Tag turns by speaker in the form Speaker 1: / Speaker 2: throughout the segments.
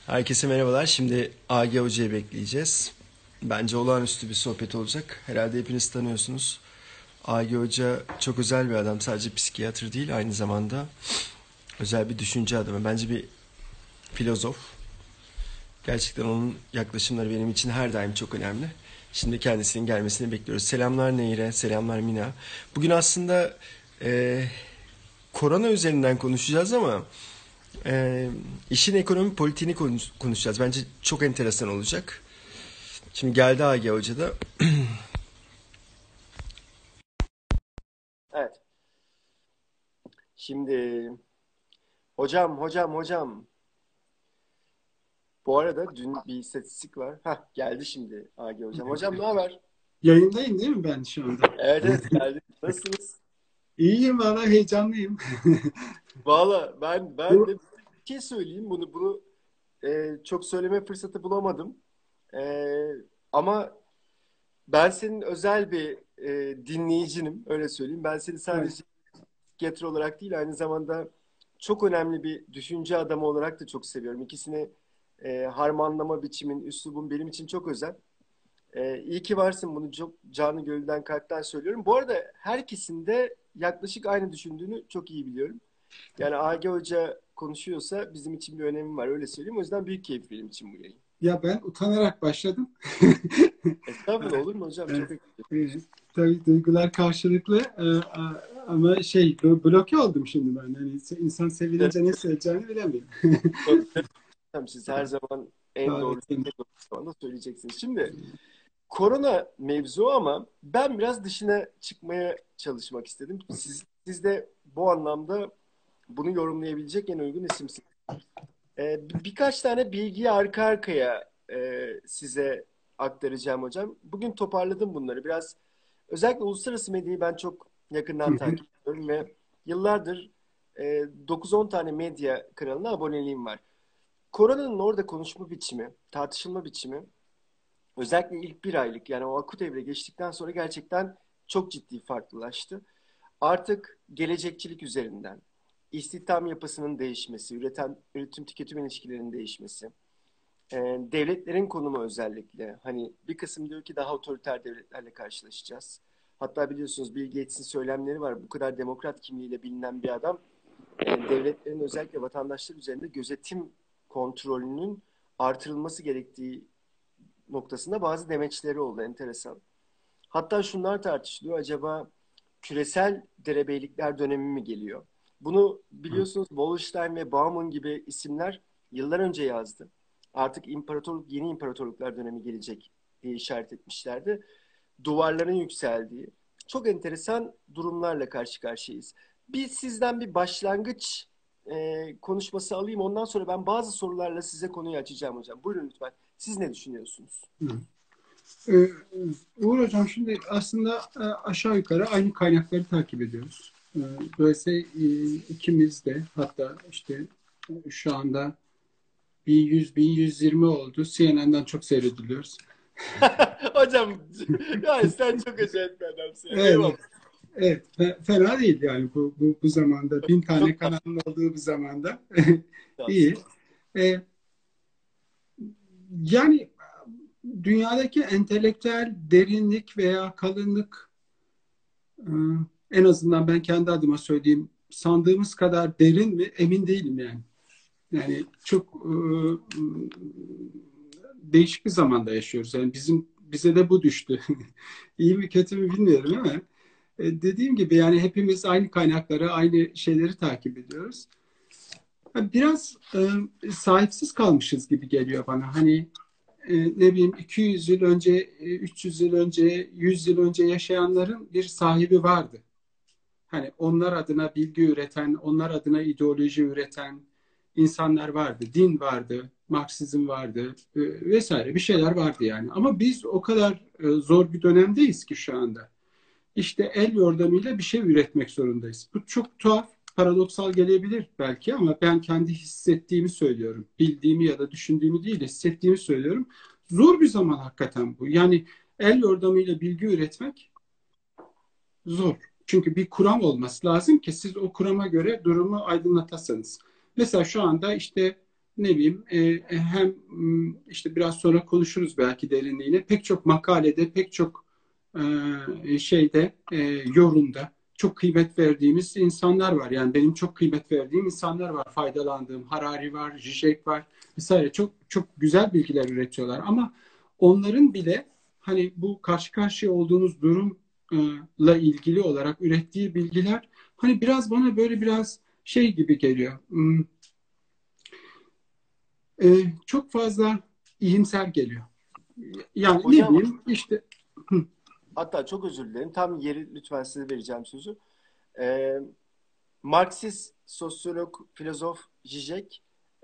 Speaker 1: Herkese merhabalar. Şimdi AG Hoca'yı bekleyeceğiz. Bence olağanüstü bir sohbet olacak. Herhalde hepiniz tanıyorsunuz. AG Hoca çok özel bir adam. Sadece psikiyatr değil, aynı zamanda özel bir düşünce adamı. Bence bir filozof. Gerçekten onun yaklaşımları benim için her daim çok önemli. Şimdi kendisinin gelmesini bekliyoruz. Selamlar Nehir'e, selamlar Mina. Bugün aslında korona üzerinden konuşacağız ama işin ekonomi politiğini konuşacağız. Bence çok enteresan olacak. Şimdi geldi AG Hoca da. Evet. Şimdi hocam. Bu arada dün bir istatistik var. Hah, geldi şimdi AG Hocam. Hocam ne haber?
Speaker 2: Yayındayım değil mi ben şu anda?
Speaker 1: Evet evet geldi. Nasılsınız?
Speaker 2: İyiyim valla heyecanlıyım.
Speaker 1: Valla ben
Speaker 2: Bu
Speaker 1: de bir şey söyleyeyim. Bunu çok söyleme fırsatı bulamadım. E, ama ben senin özel bir dinleyicinim. Öyle söyleyeyim. Ben seni
Speaker 2: evet,
Speaker 1: sadece psikiyatr olarak değil aynı zamanda çok önemli bir düşünce adamı olarak da çok seviyorum. İkisini harmanlama biçimin, üslubun benim için çok özel. İyi ki varsın, bunu çok canı gönülden kalpten söylüyorum. Bu arada herkesin de yaklaşık aynı düşündüğünü çok iyi biliyorum. Yani AG Hoca konuşuyorsa bizim için bir önemi var, öyle söyleyeyim. O yüzden büyük keyif benim için bu yayın.
Speaker 2: ya ben utanarak başladım.
Speaker 1: Estağfurullah, olur mu hocam?
Speaker 2: Evet,
Speaker 1: Çok önemli.
Speaker 2: evet. Tabii duygular karşılıklı ama bloke oldum şimdi ben. Yani insan sevilince ne söyleyeceğini bilemiyorum.
Speaker 1: Siz her zaman en doğru,
Speaker 2: Davetin.
Speaker 1: en doğru zamanda söyleyeceksiniz. Şimdi korona mevzu ama ben biraz dışına çıkmaya çalışmak istedim. Siz de bu anlamda bunu yorumlayabilecek en uygun isimsiniz. Birkaç tane bilgiyi arka arkaya size aktaracağım hocam. Bugün toparladım bunları. Biraz özellikle uluslararası medyayı ben çok
Speaker 2: Hı
Speaker 1: yakından
Speaker 2: hı.
Speaker 1: takip ediyorum ve yıllardır 9-10 tane medya kanalına aboneliğim var. Koronanın orada konuşma biçimi, tartışılma biçimi özellikle ilk bir aylık, yani o akut evre geçtikten sonra gerçekten çok ciddi farklılaştı. Artık gelecekçilik üzerinden, istihdam yapısının değişmesi, üretim tüketim ilişkilerinin değişmesi, devletlerin konumu özellikle, hani bir kısım diyor ki daha otoriter devletlerle karşılaşacağız. Hatta biliyorsunuz Bill Gates'in söylemleri var. Bu kadar demokrat kimliğiyle bilinen bir adam devletlerin özellikle vatandaşlar üzerinde gözetim kontrolünün artırılması gerektiği noktasında bazı demeçleri oldu, enteresan. Hatta şunlar tartışılıyor. Acaba küresel derebeylikler dönemi mi geliyor? Bunu biliyorsunuz Wallenstein ve Bauman gibi isimler yıllar önce yazdı. Artık yeni imparatorluklar dönemi gelecek diye işaret etmişlerdi. Duvarların yükseldiği, çok enteresan durumlarla karşı karşıyayız. Sizden bir başlangıç konuşması alayım. Ondan sonra ben bazı sorularla size konuyu açacağım hocam. Buyurun lütfen. Siz ne düşünüyorsunuz?
Speaker 2: Hı. Ee, Uğur Hocam şimdi aslında aşağı yukarı aynı kaynakları takip ediyoruz. Dolayısıyla ikimiz de hatta işte şu anda 1100, 1120 oldu. CNN'den çok seyrediliyoruz.
Speaker 1: Hocam ya sen çok acayip bir adamsın.
Speaker 2: Evet,
Speaker 1: Eyvallah.
Speaker 2: evet. Fena değil yani bu zamanda. 1000 tane
Speaker 1: Çok
Speaker 2: kanalın olduğu bu zamanda. İyi.
Speaker 1: aslında.
Speaker 2: E, Yani dünyadaki entelektüel derinlik veya kalınlık e, en azından ben kendi adıma söyleyeyim sandığımız kadar derin mi emin değilim yani. Yani çok değişik bir zamanda yaşıyoruz. Yani bize de bu düştü. İyi mi kötü mü bilmiyorum ama dediğim gibi yani hepimiz aynı kaynakları, aynı şeyleri takip ediyoruz. Biraz sahipsiz kalmışız gibi geliyor bana. Hani ne bileyim 200 yıl önce, 300 yıl önce, 100 yıl önce yaşayanların bir sahibi vardı. Hani onlar adına bilgi üreten, onlar adına ideoloji üreten insanlar vardı. Din vardı, Marksizm vardı vesaire bir şeyler vardı yani. Ama biz o kadar zor bir dönemdeyiz ki şu anda. İşte el yordamıyla bir şey üretmek zorundayız. Bu çok tuhaf, paradoksal gelebilir belki ama ben kendi hissettiğimi söylüyorum. Bildiğimi ya da düşündüğümü değil, hissettiğimi söylüyorum. Zor bir zaman hakikaten bu. Yani el yordamıyla bilgi üretmek zor. Çünkü bir kuram olması lazım ki siz o kurama göre durumu aydınlatasınız. Mesela şu anda işte ne bileyim hem işte biraz sonra konuşuruz belki derinliğine. Pek çok makalede, pek çok şeyde, yorumda çok kıymet verdiğimiz insanlar var. Yani benim çok kıymet verdiğim insanlar var. Faydalandığım Harari var, Zizek var vesaire. Çok çok güzel bilgiler üretiyorlar. Ama onların bile hani bu karşı karşıya olduğumuz durumla ilgili olarak ürettiği bilgiler hani biraz bana böyle biraz şey gibi geliyor. Çok fazla iyimser geliyor. Yani ne
Speaker 1: Hocam,
Speaker 2: diyeyim işte.
Speaker 1: hatta çok özür dilerim. Tam yeri lütfen size vereceğim sözü. Ee, Marksist sosyolog, filozof Zizek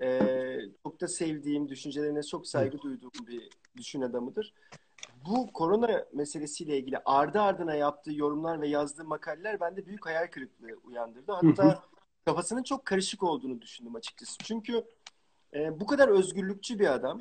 Speaker 1: çok da sevdiğim, düşüncelerine çok saygı duyduğum bir düşün adamıdır. Bu korona meselesiyle ilgili ardı ardına yaptığı yorumlar ve yazdığı makaleler bende büyük hayal kırıklığı uyandırdı. Hatta kafasının çok karışık olduğunu düşündüm açıkçası. Çünkü bu kadar özgürlükçü bir adam,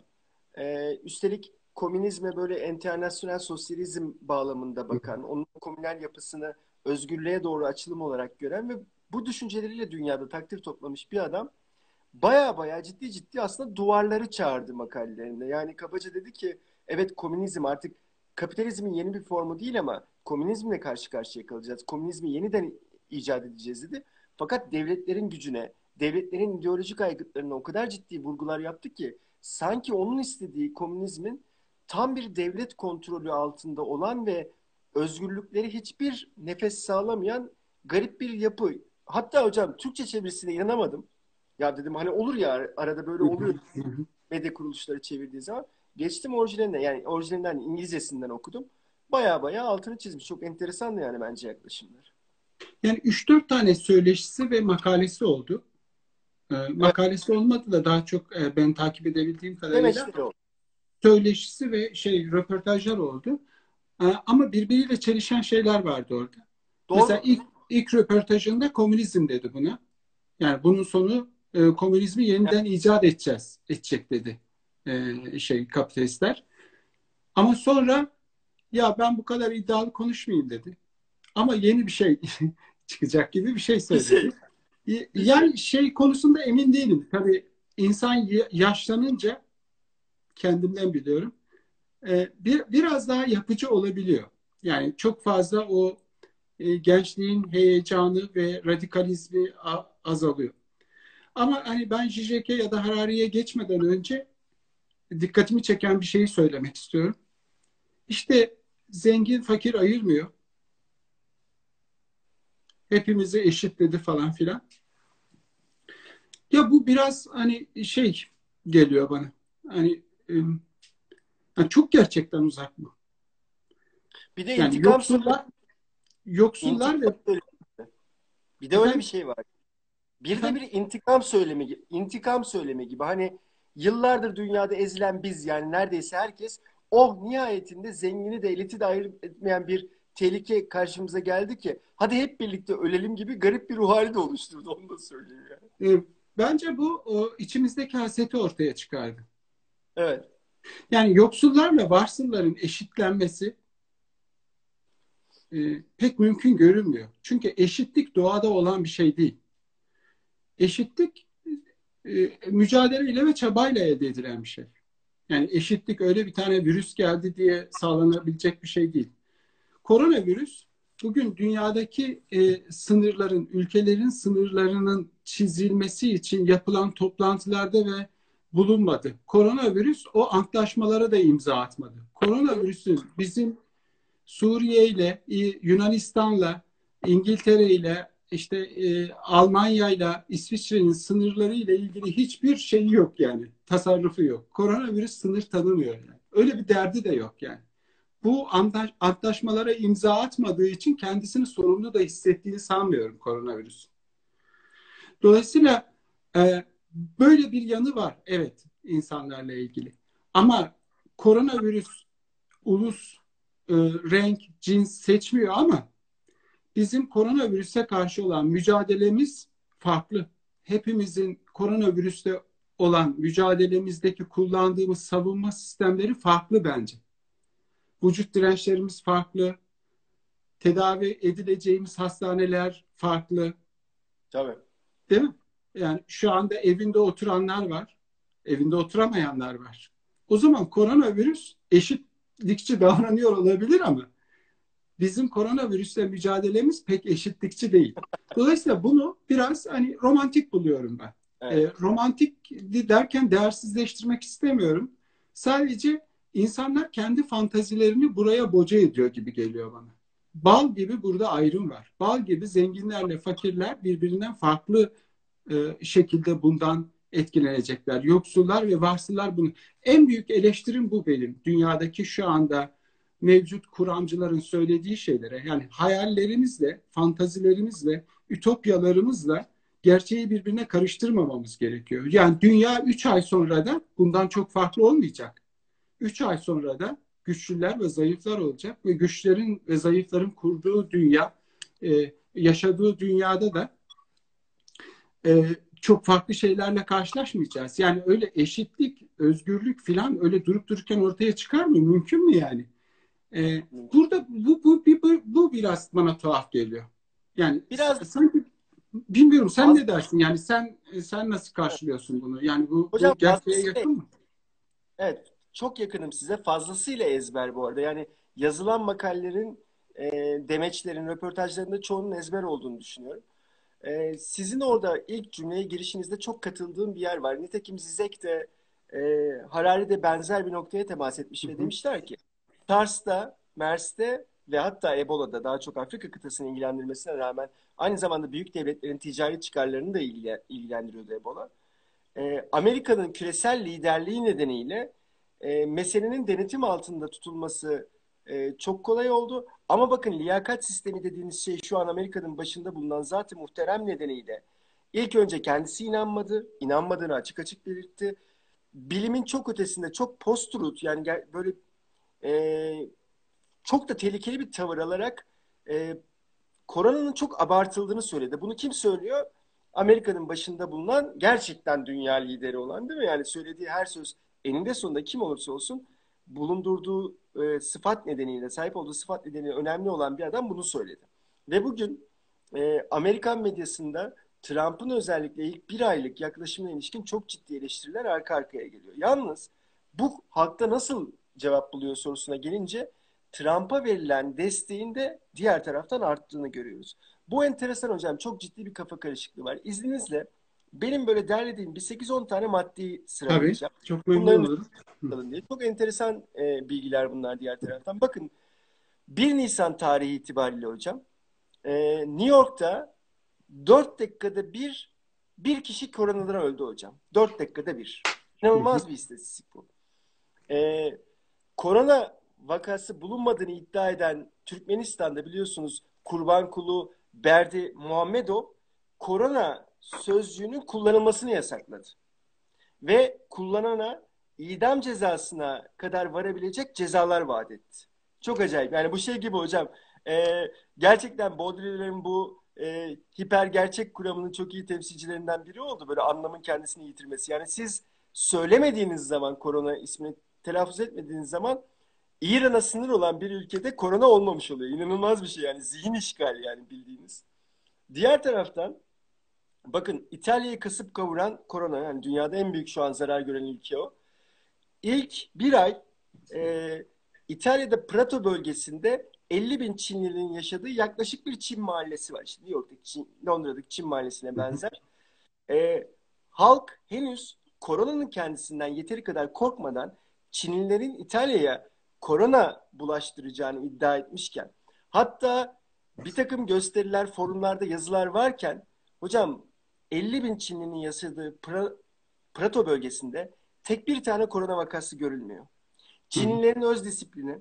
Speaker 1: üstelik komünizme böyle enternasyonel sosyalizm bağlamında bakan, onun komünel yapısını özgürlüğe doğru açılım olarak gören ve bu düşünceleriyle dünyada takdir toplamış bir adam baya baya ciddi ciddi aslında duvarları çağırdı makalelerinde. Yani kabaca dedi ki evet, komünizm artık kapitalizmin yeni bir formu değil ama komünizmle karşı karşıya kalacağız. Komünizmi yeniden icat edeceğiz dedi. Fakat devletlerin gücüne, devletlerin ideolojik aygıtlarına o kadar ciddi vurgular yaptı ki sanki onun istediği komünizmin tam bir devlet kontrolü altında olan ve özgürlükleri hiçbir nefes sağlamayan garip bir yapı. Hatta hocam Türkçe çevirisine inanamadım. Ya dedim hani olur ya, arada böyle oluyor medya kuruluşları çevirdiği zaman. Geçtim orijinaline, yani orijinalinden İngilizcesinden okudum. Baya baya altını çizmiş. Çok enteresandı yani bence yaklaşımlar.
Speaker 2: Yani 3-4 tane söyleşisi ve makalesi oldu.
Speaker 1: Evet,
Speaker 2: Makalesi olmadı da daha çok ben takip edebildiğim kadarıyla
Speaker 1: demeçleri o.
Speaker 2: söyleşisi ve röportajlar oldu. Ama birbiriyle çelişen şeyler vardı orada. Mesela
Speaker 1: Doğru.
Speaker 2: ilk röportajında komünizm dedi buna. Yani bunun sonu komünizmi
Speaker 1: Evet.
Speaker 2: yeniden icat edecek dedi kapitalistler. Ama sonra ya ben bu kadar iddialı konuşmayayım dedi. Ama yeni bir şey çıkacak gibi bir şey
Speaker 1: Bir
Speaker 2: söyledi.
Speaker 1: şey. Bir şey.
Speaker 2: Yani şey konusunda emin değilim. Tabii insan yaşlanınca kendimden biliyorum. Biraz daha yapıcı olabiliyor. Yani çok fazla o gençliğin heyecanı ve radikalizmi azalıyor. Ama hani ben Zizek'e ya da Harari'ye geçmeden önce dikkatimi çeken bir şeyi söylemek istiyorum. İşte zengin fakir ayırmıyor. Hepimizi eşitledi falan filan. Ya bu biraz hani şey geliyor bana. Hani yani çok gerçekten uzak bu.
Speaker 1: Bir de
Speaker 2: Yani
Speaker 1: intikam söylemi.
Speaker 2: yoksullar
Speaker 1: İntikam
Speaker 2: ve
Speaker 1: söylemi. Bir de öyle bir
Speaker 2: efendim
Speaker 1: şey var. Bir de
Speaker 2: efendim
Speaker 1: bir intikam söylemi, intikam söylemi gibi. Hani yıllardır dünyada ezilen biz, yani neredeyse herkes, oh nihayetinde zengini de eliti de ayırt etmeyen bir tehlike karşımıza geldi ki hadi hep birlikte ölelim gibi garip bir ruh hali de oluşturdu, onu da söyleyeyim yani.
Speaker 2: bence bu o içimizdeki hasreti ortaya çıkardı.
Speaker 1: Evet.
Speaker 2: Yani yoksullarla varsılların eşitlenmesi pek mümkün görünmüyor. Çünkü eşitlik doğada olan bir şey değil. Eşitlik mücadeleyle ve çabayla elde edilen bir şey. Yani eşitlik öyle bir tane virüs geldi diye sağlanabilecek bir şey değil. Koronavirüs bugün dünyadaki sınırların, ülkelerin sınırlarının çizilmesi için yapılan toplantılarda ve bulunmadı. Koronavirüs o antlaşmalara da imza atmadı. Koronavirüsün bizim Suriye ile, Yunanistan'la, İngiltere ile, işte Almanya ile, İsviçre'nin sınırları ile ilgili hiçbir şeyi yok yani. Tasarrufu yok. Koronavirüs sınır tanımıyor yani. Öyle bir derdi de yok yani. Bu antlaşmalara imza atmadığı için kendisini sorumlu da hissettiğini sanmıyorum koronavirüs. Dolayısıyla böyle bir yanı var, evet, insanlarla ilgili. Ama koronavirüs ulus, renk, cins seçmiyor ama bizim koronavirüse karşı olan mücadelemiz farklı. Hepimizin koronavirüste olan mücadelemizdeki kullandığımız savunma sistemleri farklı bence. Vücut dirençlerimiz farklı, tedavi edileceğimiz hastaneler farklı,
Speaker 1: Tabii.
Speaker 2: değil mi? Yani şu anda evinde oturanlar var. Evinde oturamayanlar var. O zaman koronavirüs eşitlikçi davranıyor olabilir ama bizim koronavirüsle mücadelemiz pek eşitlikçi değil. Dolayısıyla bunu biraz hani romantik buluyorum ben.
Speaker 1: Evet.
Speaker 2: Romantik derken değersizleştirmek istemiyorum. Sadece insanlar kendi fantazilerini buraya boca ediyor gibi geliyor bana. Bal gibi burada ayrım var. Bal gibi zenginlerle fakirler birbirinden farklı şekilde bundan etkilenecekler. Yoksullar ve varsıllar bunu. En büyük eleştirim bu benim. Dünyadaki şu anda mevcut kuramcıların söylediği şeylere, yani hayallerimizle, fantazilerimizle, ütopyalarımızla gerçeği birbirine karıştırmamamız gerekiyor. Yani dünya 3 ay sonra da bundan çok farklı olmayacak. 3 ay sonra da güçlüler ve zayıflar olacak ve güçlerin ve zayıfların kurduğu dünya, yaşadığı dünyada da e, çok farklı şeylerle karşılaşmayacağız. Yani öyle eşitlik, özgürlük falan öyle durup dururken ortaya çıkar mı? Mümkün mü yani? Burada bu biraz bana tuhaf geliyor. Yani
Speaker 1: Biraz
Speaker 2: sanki bilmiyorum, sen
Speaker 1: fazla,
Speaker 2: ne dersin? Yani sen nasıl karşılıyorsun bunu? Yani
Speaker 1: hocam
Speaker 2: bu gerçeğe
Speaker 1: fazlasıyla,
Speaker 2: yakın mı?
Speaker 1: evet, çok yakınım size. Fazlasıyla ezber bu arada. Yani yazılan makalelerin, demeçlerin, röportajlarında çoğunun ezber olduğunu düşünüyorum. Sizin orada ilk cümleye girişinizde çok katıldığım bir yer var. Nitekim Zizek de Harari de benzer bir noktaya temas etmiş
Speaker 2: Hı
Speaker 1: ve
Speaker 2: hı.
Speaker 1: demişler ki SARS'ta, MERS'te ve hatta Ebola'da daha çok Afrika kıtasını ilgilendirmesine rağmen aynı zamanda büyük devletlerin ticari çıkarlarını da ilgilendiriyordu Ebola. Amerika'nın küresel liderliği nedeniyle meselenin denetim altında tutulması çok kolay oldu. Ama bakın liyakat sistemi dediğiniz şey şu an Amerika'nın başında bulunan Zat-ı Muhterem nedeniyle ilk önce kendisi inanmadı, inanmadığını açık açık belirtti. Bilimin çok ötesinde çok post-truth yani böyle e, çok da tehlikeli bir tavır alarak e, koronanın çok abartıldığını söyledi. Bunu kim söylüyor? Amerika'nın başında bulunan gerçekten dünya lideri olan, değil mi? Yani söylediği her söz eninde sonunda kim olursa olsun bulundurduğu sıfat nedeniyle, sahip olduğu sıfat nedeniyle önemli olan bir adam bunu söyledi. Ve bugün Amerikan medyasında Trump'ın özellikle ilk bir aylık yaklaşımına ilişkin çok ciddi eleştiriler arka arkaya geliyor. Yalnız bu halkta nasıl cevap buluyor sorusuna gelince Trump'a verilen desteğin de diğer taraftan arttığını görüyoruz. Bu enteresan hocam. Çok ciddi bir kafa karışıklığı var. İzninizle benim böyle derlediğim bir 8-10 tane maddeyi
Speaker 2: Tabii.
Speaker 1: sıralayacağım.
Speaker 2: Çok memnun
Speaker 1: Bunların
Speaker 2: olurum. Hı.
Speaker 1: üstüne diye. Çok enteresan bilgiler bunlar diğer taraftan. Bakın 1 Nisan tarihi itibariyle hocam New York'ta 4 dakikada bir kişi koronadan öldü hocam. 4 dakikada bir.
Speaker 2: Hı hı.
Speaker 1: İnanılmaz bir istatistik bu. E, Korona vakası bulunmadığını iddia eden Türkmenistan'da biliyorsunuz Kurbankulu Berdi Muhammedov korona sözcüğünün kullanılmasını yasakladı. Ve kullanana idam cezasına kadar varabilecek cezalar vaat etti. Çok acayip. Yani bu şey gibi hocam. Gerçekten Baudrillard'in bu hiper gerçek kuramının çok iyi temsilcilerinden biri oldu. Böyle anlamın kendisini yitirmesi. Yani siz söylemediğiniz zaman korona ismini telaffuz etmediğiniz zaman İran'a sınır olan bir ülkede korona olmamış oluyor. İnanılmaz bir şey yani. Zihin işgali yani bildiğiniz. Diğer taraftan bakın İtalya'yı kasıp kavuran korona yani dünyada en büyük şu an zarar gören ülke o. İlk bir ay e, İtalya'da Prato bölgesinde 50 bin Çinlinin yaşadığı yaklaşık bir Çin mahallesi var. İşte New York'taki Londra'daki Çin mahallesine
Speaker 2: Hı hı.
Speaker 1: benzer. E, Halk henüz koronanın kendisinden yeteri kadar korkmadan Çinlilerin İtalya'ya korona bulaştıracağını iddia etmişken hatta bir takım gösteriler, forumlarda yazılar varken hocam 50 bin Çinlinin yaşadığı Prato bölgesinde tek bir tane korona vakası görülmüyor.
Speaker 2: Hı hı.
Speaker 1: Çinlilerin öz disiplini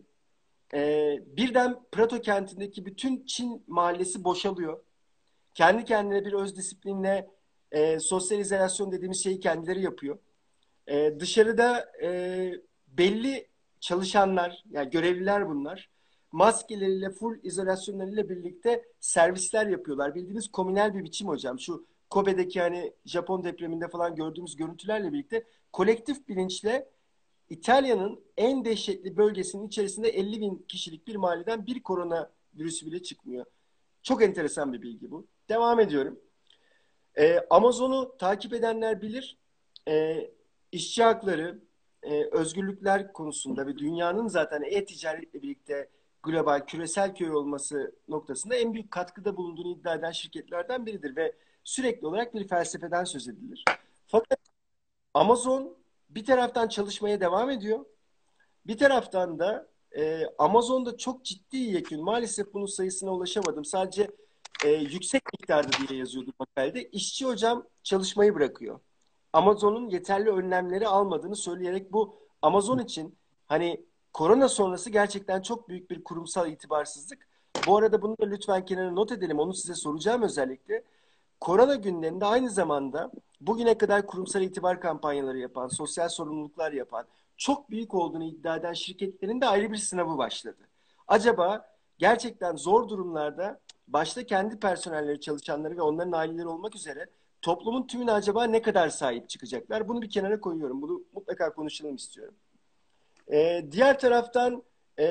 Speaker 1: birden Prato kentindeki bütün Çin mahallesi boşalıyor. Kendi kendine bir öz disiplinle sosyal izolasyon dediğimiz şeyi kendileri yapıyor. Dışarıda belli çalışanlar, yani görevliler bunlar. Maskeleriyle, full izolasyonlarıyla birlikte servisler yapıyorlar. Bildiğiniz komünel bir biçim hocam. Şu Kobe'deki hani Japon depreminde falan gördüğümüz görüntülerle birlikte kolektif bilinçle İtalya'nın en dehşetli bölgesinin içerisinde 50 bin kişilik bir mahalleden bir korona virüsü bile çıkmıyor. Çok enteresan bir bilgi bu. Devam ediyorum. Amazon'u takip edenler bilir. işçi hakları, özgürlükler konusunda ve dünyanın zaten e-ticaretle birlikte global, küresel köy olması noktasında en büyük katkıda bulunduğunu iddia eden şirketlerden biridir ve sürekli olarak bir felsefeden söz edilir. Fakat Amazon bir taraftan çalışmaya devam ediyor. Bir taraftan da Amazon'da çok ciddi yekün, maalesef bunun sayısına ulaşamadım. Sadece yüksek miktarda diye yazıyordu makalede. İşçi hocam çalışmayı bırakıyor. Amazon'un yeterli önlemleri almadığını söyleyerek bu Amazon için hani korona sonrası gerçekten çok büyük bir kurumsal itibarsızlık. Bu arada bunu da lütfen kenara not edelim. Onu size soracağım özellikle. Korona günlerinde aynı zamanda bugüne kadar kurumsal itibar kampanyaları yapan, sosyal sorumluluklar yapan, çok büyük olduğunu iddia eden şirketlerin de ayrı bir sınavı başladı. Acaba gerçekten zor durumlarda başta kendi personelleri, çalışanları ve onların aileleri olmak üzere toplumun tümüne acaba ne kadar sahip çıkacaklar? Bunu bir kenara koyuyorum. Bunu mutlaka konuşalım istiyorum. Diğer taraftan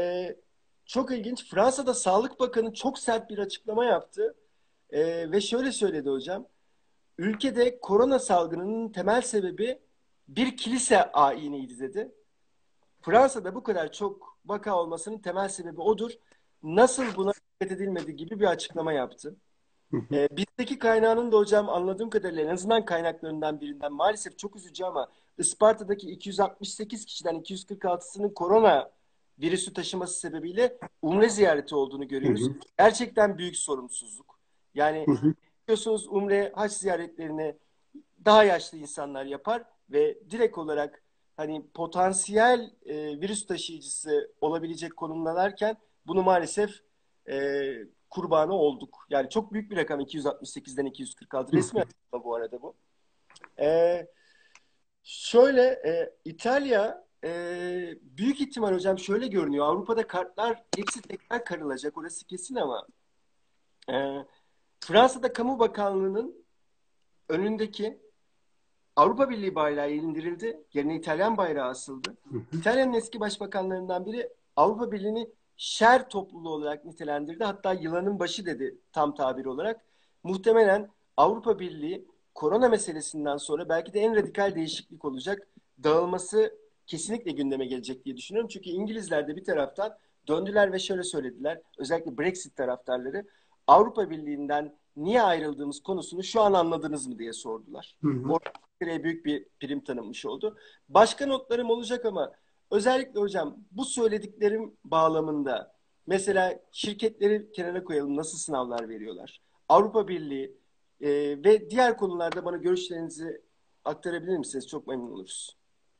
Speaker 1: çok ilginç. Fransa'da Sağlık Bakanı çok sert bir açıklama yaptı. Ve şöyle söyledi hocam. Ülkede korona salgınının temel sebebi bir kilise ayiniydi dedi. Fransa'da bu kadar çok vaka olmasının temel sebebi odur. Nasıl buna dikkat edilmedi gibi bir açıklama yaptı. Bizdeki kaynağının da hocam anladığım kadarıyla en azından kaynaklarından birinden maalesef çok üzücü ama Isparta'daki 268 kişiden 246'sının korona virüsü taşıması sebebiyle umre ziyareti olduğunu görüyoruz. Gerçekten büyük sorumsuzluk. Yani biliyorsunuz umre, hac ziyaretlerini daha yaşlı insanlar yapar ve direkt olarak hani potansiyel virüs taşıyıcısı olabilecek konumdalarken bunu maalesef kurbanı olduk. Yani çok büyük bir rakam 268'den 246. Resmi açıklama bu arada bu. E, şöyle İtalya büyük ihtimal hocam şöyle görünüyor. Avrupa'da kartlar hepsi tekrar karılacak. Orası kesin ama e, Fransa'da Kamu Bakanlığı'nın önündeki Avrupa Birliği bayrağı indirildi. Yerine İtalyan bayrağı asıldı. İtalya'nın eski başbakanlarından biri Avrupa Birliği'ni şer topluluğu olarak nitelendirdi. Hatta yılanın başı dedi tam tabir olarak. Muhtemelen Avrupa Birliği korona meselesinden sonra belki de en radikal değişiklik olacak. Dağılması kesinlikle gündeme gelecek diye düşünüyorum. Çünkü İngilizler de bir taraftan döndüler ve şöyle söylediler. Özellikle Brexit taraftarları Avrupa Birliği'nden niye ayrıldığımız konusunu şu an anladınız mı diye sordular. Oraya büyük bir prim tanınmış oldu. Başka notlarım olacak ama özellikle hocam bu söylediklerim bağlamında mesela şirketleri kenara koyalım, nasıl sınavlar veriyorlar? Avrupa Birliği ve diğer konularda bana görüşlerinizi aktarabilir misiniz? Çok memnun oluruz.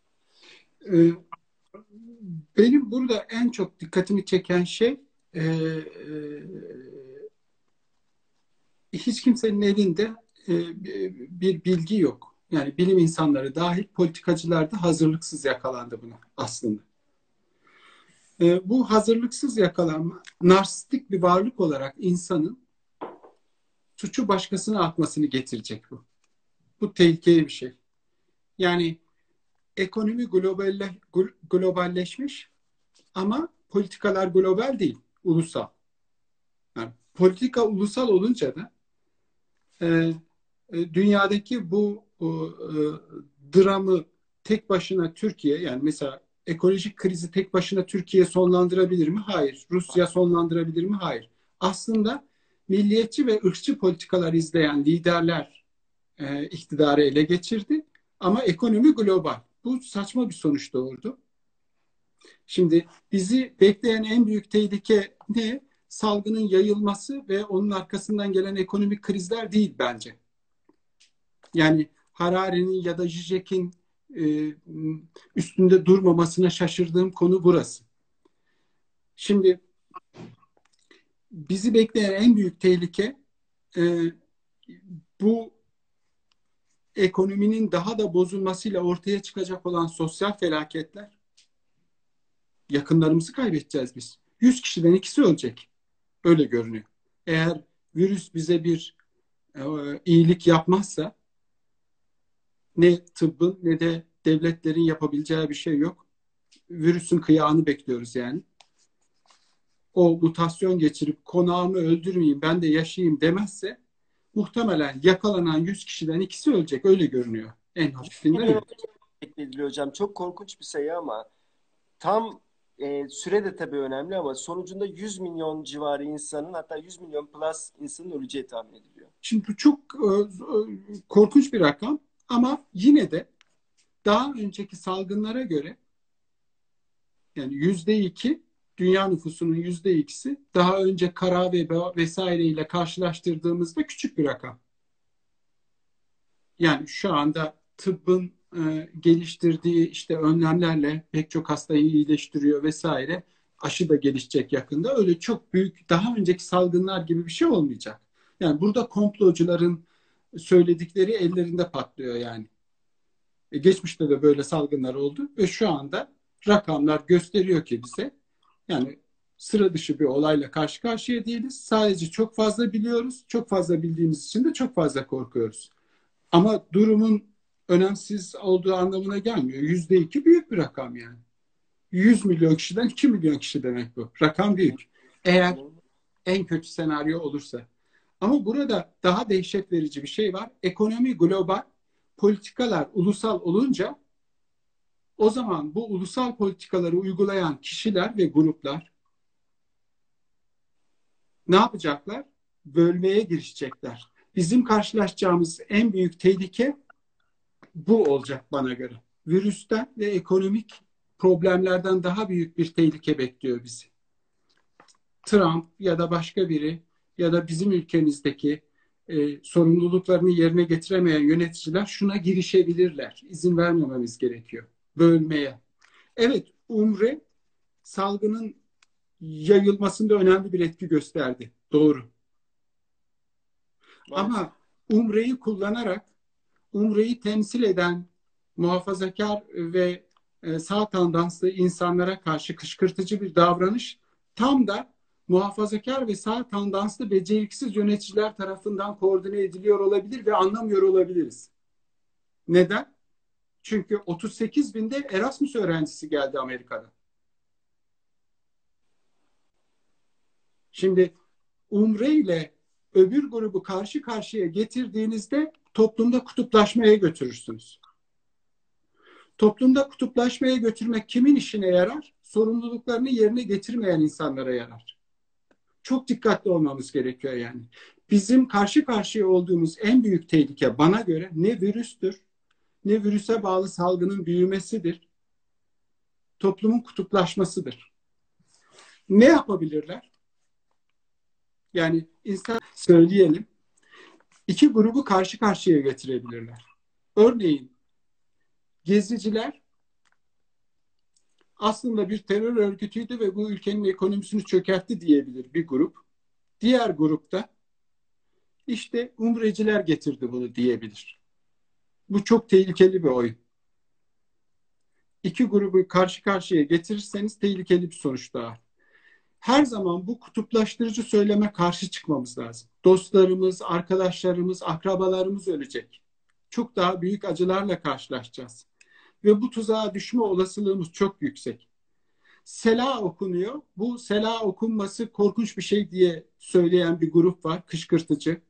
Speaker 2: Benim burada en çok dikkatimi çeken şey hiç kimsenin elinde bir bilgi yok. Yani bilim insanları dahil politikacılar da hazırlıksız yakalandı buna aslında. Bu hazırlıksız yakalanma narsistik bir varlık olarak insanın suçu başkasına atmasını getirecek bu. Bu tehlikeli bir şey. Yani ekonomi globalleşmiş ama politikalar global değil, ulusal. Yani politika ulusal olunca da dünyadaki bu dramı tek başına Türkiye, yani mesela ekolojik krizi tek başına Türkiye sonlandırabilir mi? Hayır. Rusya sonlandırabilir mi? Hayır. Aslında milliyetçi ve ırkçı politikalar izleyen liderler iktidarı ele geçirdi. Ama ekonomi global. Bu saçma bir sonuç doğurdu. Şimdi bizi bekleyen en büyük tehlike ne? Salgının yayılması ve onun arkasından gelen ekonomik krizler değil bence. Yani Harari'nin ya da Zizek'in üstünde durmamasına şaşırdığım konu burası. Şimdi bizi bekleyen en büyük tehlike bu ekonominin daha da bozulmasıyla ortaya çıkacak olan sosyal felaketler. Yakınlarımızı kaybedeceğiz biz. 100 kişiden ikisi ölecek. Öyle görünüyor. Eğer virüs bize bir iyilik yapmazsa ne tıbbın ne de devletlerin yapabileceği bir şey yok. Virüsün kıyağını bekliyoruz yani. O mutasyon geçirip konağımı öldürmeyeyim ben de yaşayayım demezse muhtemelen yakalanan 100 kişiden ikisi ölecek. Öyle görünüyor. En hafifinden öyle.
Speaker 1: ediliyor hocam. Çok korkunç bir sayı ama tam süre de tabii önemli ama sonucunda 100 milyon civarı insanın, hatta 100 milyon plus insanın öleceği tahmin ediliyor.
Speaker 2: Şimdi bu çok korkunç bir rakam ama yine de daha önceki salgınlara göre, yani %2, dünya nüfusunun %2'si daha önce kara veba vesaireyle karşılaştırdığımızda küçük bir rakam. Yani şu anda tıbbın geliştirdiği işte önlemlerle pek çok hastayı iyileştiriyor vesaire. Aşı da gelişecek yakında. Öyle çok büyük, daha önceki salgınlar gibi bir şey olmayacak. Yani burada komplocuların söyledikleri ellerinde patlıyor yani. Geçmişte de böyle salgınlar oldu ve şu anda rakamlar gösteriyor ki bize, yani sıra dışı bir olayla karşı karşıya değiliz. Sadece çok fazla biliyoruz. Çok fazla bildiğimiz için de çok fazla korkuyoruz. Ama durumun önemsiz olduğu anlamına gelmiyor. %2 büyük bir rakam yani. 100 milyon kişiden 2 milyon kişi demek bu. Rakam büyük. Eğer en kötü senaryo olursa. Ama burada daha dehşet verici bir şey var. Ekonomi global, politikalar ulusal olunca o zaman bu ulusal politikaları uygulayan kişiler ve gruplar ne yapacaklar? Bölmeye girişecekler. Bizim karşılaşacağımız en büyük tehlike bu olacak bana göre. Virüsten ve ekonomik problemlerden daha büyük bir tehlike bekliyor bizi. Trump ya da başka biri ya da bizim ülkemizdeki sorumluluklarını yerine getiremeyen yöneticiler şuna girişebilirler. İzin vermememiz gerekiyor. Bölmeye. Evet, Umre salgının yayılmasında önemli bir etki gösterdi. Doğru.
Speaker 1: Maalesef.
Speaker 2: Ama Umre'yi kullanarak Umre'yi temsil eden muhafazakar ve sağ tandanslı insanlara karşı kışkırtıcı bir davranış tam da muhafazakar ve sağ tandanslı beceriksiz yöneticiler tarafından koordine ediliyor olabilir ve anlamıyor olabiliriz. Neden? Çünkü 38 binde Erasmus öğrencisi geldi Amerika'da. Şimdi Umre ile öbür grubu karşı karşıya getirdiğinizde toplumda kutuplaşmaya götürürsünüz. Toplumda kutuplaşmaya götürmek kimin işine yarar? Sorumluluklarını yerine getirmeyen insanlara yarar. Çok dikkatli olmamız gerekiyor yani. Bizim karşı karşıya olduğumuz en büyük tehlike bana göre ne virüstür, ne virüse bağlı salgının büyümesidir, toplumun kutuplaşmasıdır. Ne yapabilirler? Yani insan söyleyelim, iki grubu karşı karşıya getirebilirler. Örneğin geziciler aslında bir terör örgütüydü ve bu ülkenin ekonomisini çökertti diyebilir bir grup. Diğer grupta işte umreciler getirdi bunu diyebilir. Bu çok tehlikeli bir oyun. İki grubu karşı karşıya getirirseniz tehlikeli bir sonuç doğar. Her zaman bu kutuplaştırıcı söyleme karşı çıkmamız lazım. Dostlarımız, arkadaşlarımız, akrabalarımız ölecek. Çok daha büyük acılarla karşılaşacağız. Ve bu tuzağa düşme olasılığımız çok yüksek. Sela okunuyor. Bu sela okunması korkunç bir şey diye söyleyen bir grup var. Kışkırtıcı.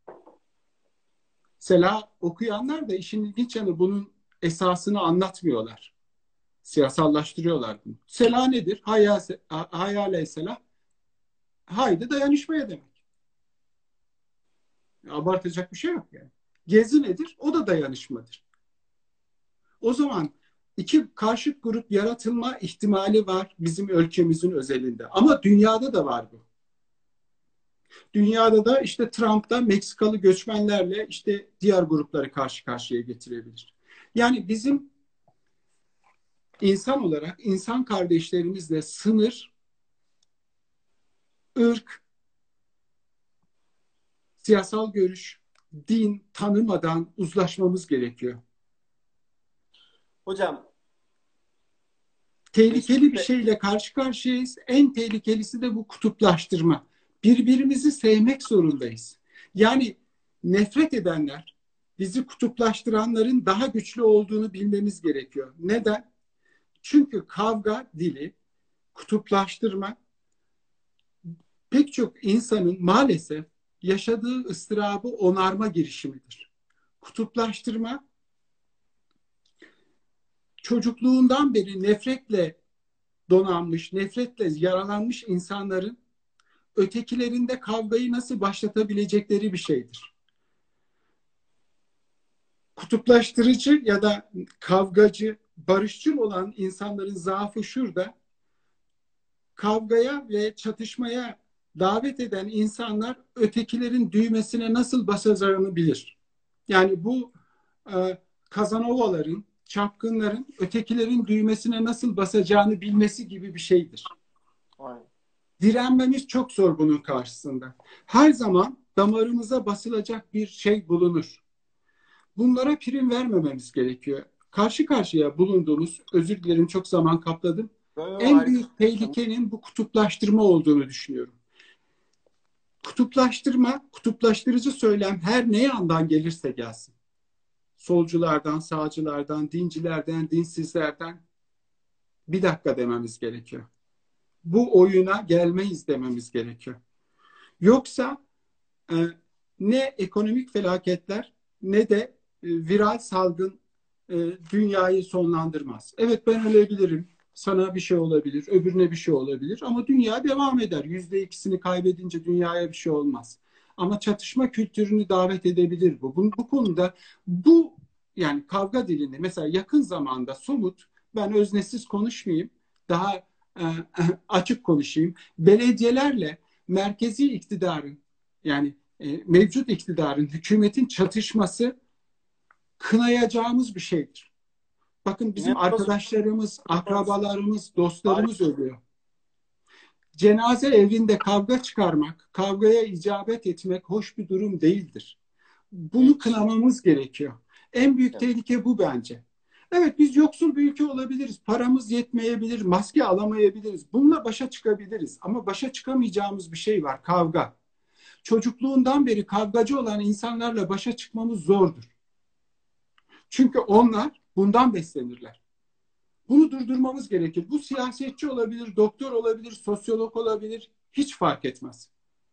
Speaker 2: Sela okuyanlar da işin ilginç yanı bunun esasını anlatmıyorlar. Siyasallaştırıyorlar bunu. Sela nedir? Hayale sela. Haydi dayanışmaya demek. Abartacak bir şey yok yani. Gezi nedir? O da dayanışmadır. O zaman iki karşıt grup yaratılma ihtimali var bizim ülkemizin özelinde. Ama dünyada da var bu. Dünyada da işte Trump da Meksikalı göçmenlerle işte diğer grupları karşı karşıya getirebilir. Yani bizim insan olarak insan kardeşlerimizle sınır, ırk, siyasal görüş, din tanımadan uzlaşmamız gerekiyor.
Speaker 1: Hocam
Speaker 2: Tehlikeli bir
Speaker 1: kesinlikle.
Speaker 2: şeyle karşı karşıyayız. En tehlikelisi de bu kutuplaştırma. Birbirimizi sevmek zorundayız. Yani nefret edenler, bizi kutuplaştıranların daha güçlü olduğunu bilmemiz gerekiyor. Neden? Çünkü kavga dili, kutuplaştırma pek çok insanın maalesef yaşadığı ıstırabı onarma girişimidir. Kutuplaştırma çocukluğundan beri nefretle donanmış, nefretle yaralanmış insanların ötekilerinde kavgayı nasıl başlatabilecekleri bir şeydir. Kutuplaştırıcı ya da kavgacı, barışçıl olan insanların zaafı şurada: kavgaya ve çatışmaya davet eden insanlar ötekilerin düğmesine nasıl basacağını bilir. Yani bu Kazanovaların, çapkınların ötekilerin düğmesine nasıl basacağını bilmesi gibi bir şeydir.
Speaker 1: Aynen.
Speaker 2: Direnmemiz çok zor bunun karşısında. Her zaman damarımıza basılacak bir şey bulunur. Bunlara prim vermememiz gerekiyor. Karşı karşıya bulunduğumuz, özür dilerim çok zaman kapladım, en
Speaker 1: Harika.
Speaker 2: büyük tehlikenin bu kutuplaştırma olduğunu düşünüyorum. Kutuplaştırma, kutuplaştırıcı söylem her ne yandan gelirse gelsin. Solculardan, sağcılardan, dincilerden, dinsizlerden bir dakika dememiz gerekiyor. Bu oyuna gelmeyiz dememiz gerekiyor. Yoksa e, ne ekonomik felaketler ne de viral salgın e, dünyayı sonlandırmaz. Evet, ben ölebilirim, sana bir şey olabilir, öbürüne bir şey olabilir ama dünya devam eder. %2'sini kaybedince dünyaya bir şey olmaz. Ama çatışma kültürünü davet edebilir bu. Bu konuda bu, yani kavga dilini mesela yakın zamanda somut, ben öznesiz konuşmayayım, daha e, açık konuşayım. Belediyelerle merkezi iktidarın, yani mevcut iktidarın, hükümetin çatışması kınayacağımız bir şeydir. Bakın bizim
Speaker 1: İnanılmaz,
Speaker 2: arkadaşlarımız,
Speaker 1: inanılmaz.
Speaker 2: akrabalarımız, dostlarımız
Speaker 1: Harika.
Speaker 2: ölüyor. Cenaze evinde kavga çıkarmak, kavgaya icabet etmek hoş bir durum değildir. Bunu
Speaker 1: Hiç.
Speaker 2: kınamamız gerekiyor. En büyük
Speaker 1: Evet.
Speaker 2: tehlike bu bence. Evet, biz yoksul bir ülke olabiliriz. Paramız yetmeyebilir, maske alamayabiliriz. Bununla başa çıkabiliriz. Ama başa çıkamayacağımız bir şey var: kavga. Çocukluğundan beri kavgacı olan insanlarla başa çıkmamız zordur. Çünkü onlar bundan beslenirler. Bunu durdurmamız gerekir. Bu siyasetçi olabilir, doktor olabilir, sosyolog olabilir. Hiç fark etmez.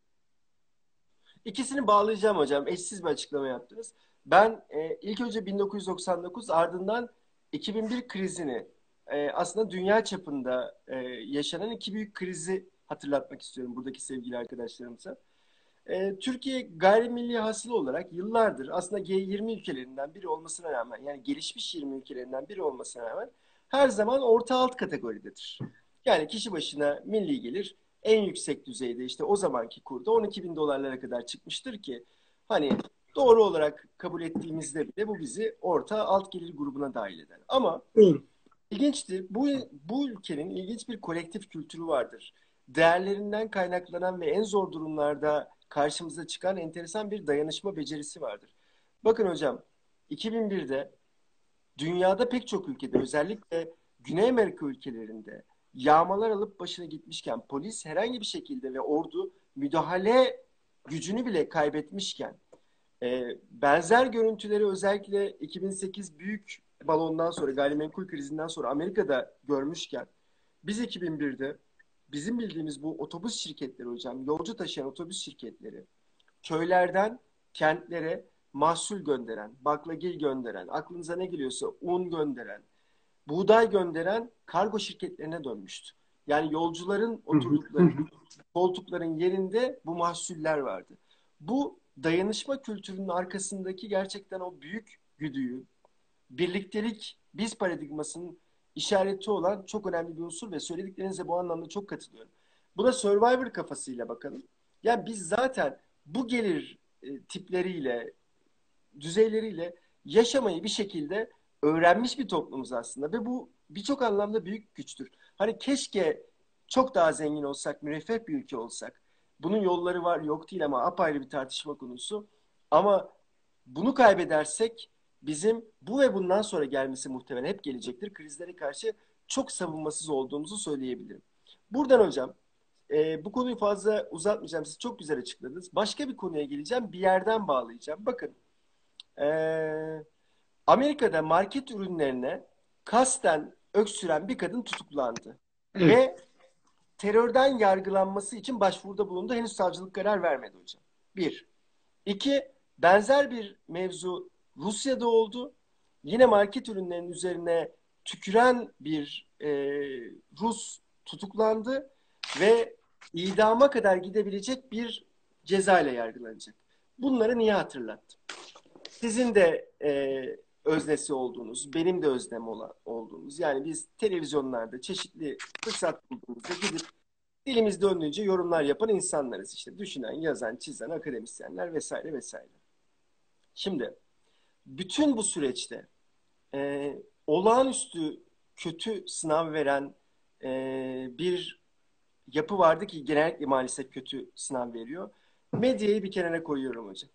Speaker 1: İkisini bağlayacağım hocam. Eşsiz bir açıklama yaptınız. Ben ilk önce 1999, ardından 2001 krizini, aslında dünya çapında yaşanan iki büyük krizi hatırlatmak istiyorum buradaki sevgili arkadaşlarımıza. Türkiye gayrimilli hasılı olarak yıllardır aslında G20 ülkelerinden biri olmasına rağmen, yani gelişmiş 20 ülkelerinden biri olmasına rağmen her zaman orta alt kategoridedir. Yani kişi başına milli gelir en yüksek düzeyde, işte o zamanki kurda 12 bin dolarlara kadar çıkmıştır ki hani doğru olarak kabul ettiğimizde bile bu bizi orta alt gelir grubuna dahil eder. Ama
Speaker 2: Doğru.
Speaker 1: İlginçtir. Bu ülkenin ilginç bir kolektif kültürü vardır. Değerlerinden kaynaklanan ve en zor durumlarda karşımıza çıkan enteresan bir dayanışma becerisi vardır. Bakın hocam, 2001'de dünyada pek çok ülkede, özellikle Güney Amerika ülkelerinde yağmalar alıp başına gitmişken, polis herhangi bir şekilde ve ordu müdahale gücünü bile kaybetmişken, benzer görüntüleri özellikle 2008 büyük balondan sonra, gayrimenkul krizinden sonra Amerika'da görmüşken, biz 2001'de bizim bildiğimiz bu otobüs şirketleri hocam, yolcu taşıyan otobüs şirketleri, köylerden kentlere mahsul gönderen, baklagil gönderen, aklınıza ne geliyorsa un gönderen, buğday gönderen kargo şirketlerine dönmüştü. Yani yolcuların
Speaker 2: Hı hı, hı
Speaker 1: oturdukları
Speaker 2: hı.
Speaker 1: koltukların yerinde bu mahsuller vardı. Bu dayanışma kültürünün arkasındaki gerçekten o büyük güdüyü, birliktelik, biz paradigmasının işareti olan çok önemli bir unsur ve söylediklerinize bu anlamda çok katılıyorum. Buna Survivor kafasıyla bakalım. Yani biz zaten bu gelir tipleriyle, düzeyleriyle yaşamayı bir şekilde öğrenmiş bir toplumuz aslında ve bu birçok anlamda büyük güçtür. Hani keşke çok daha zengin olsak, müreffeh bir ülke olsak. Bunun yolları var, yok değil ama apayrı bir tartışma konusu. Ama bunu kaybedersek bizim bu ve bundan sonra gelmesi muhtemelen hep gelecektir. Krizlere karşı çok savunmasız olduğumuzu söyleyebilirim. Buradan hocam, bu konuyu fazla uzatmayacağım. Siz çok güzel açıkladınız. Başka bir konuya geleceğim. Bir yerden bağlayacağım. Bakın, ee, Amerika'da market ürünlerine kasten öksüren bir kadın tutuklandı.
Speaker 2: Evet.
Speaker 1: Ve terörden yargılanması için başvuruda bulundu. Henüz savcılık karar vermedi hocam. Bir. İki, benzer bir mevzu Rusya'da oldu. Yine market ürünlerinin üzerine tüküren bir Rus tutuklandı ve idama kadar gidebilecek bir ceza ile yargılanacak. Bunları niye hatırlattım? Sizin de öznesi olduğunuz, benim de öznem olduğumuz, yani biz televizyonlarda çeşitli fırsat bulduğumuzda gidip dilimiz döndüğünce yorumlar yapan insanlarız. İşte düşünen, yazan, çizen, akademisyenler vesaire vesaire. Şimdi bütün bu süreçte olağanüstü kötü sınav veren bir yapı vardı ki genellikle maalesef kötü sınav veriyor. Medyayı bir kenara koyuyorum hocam.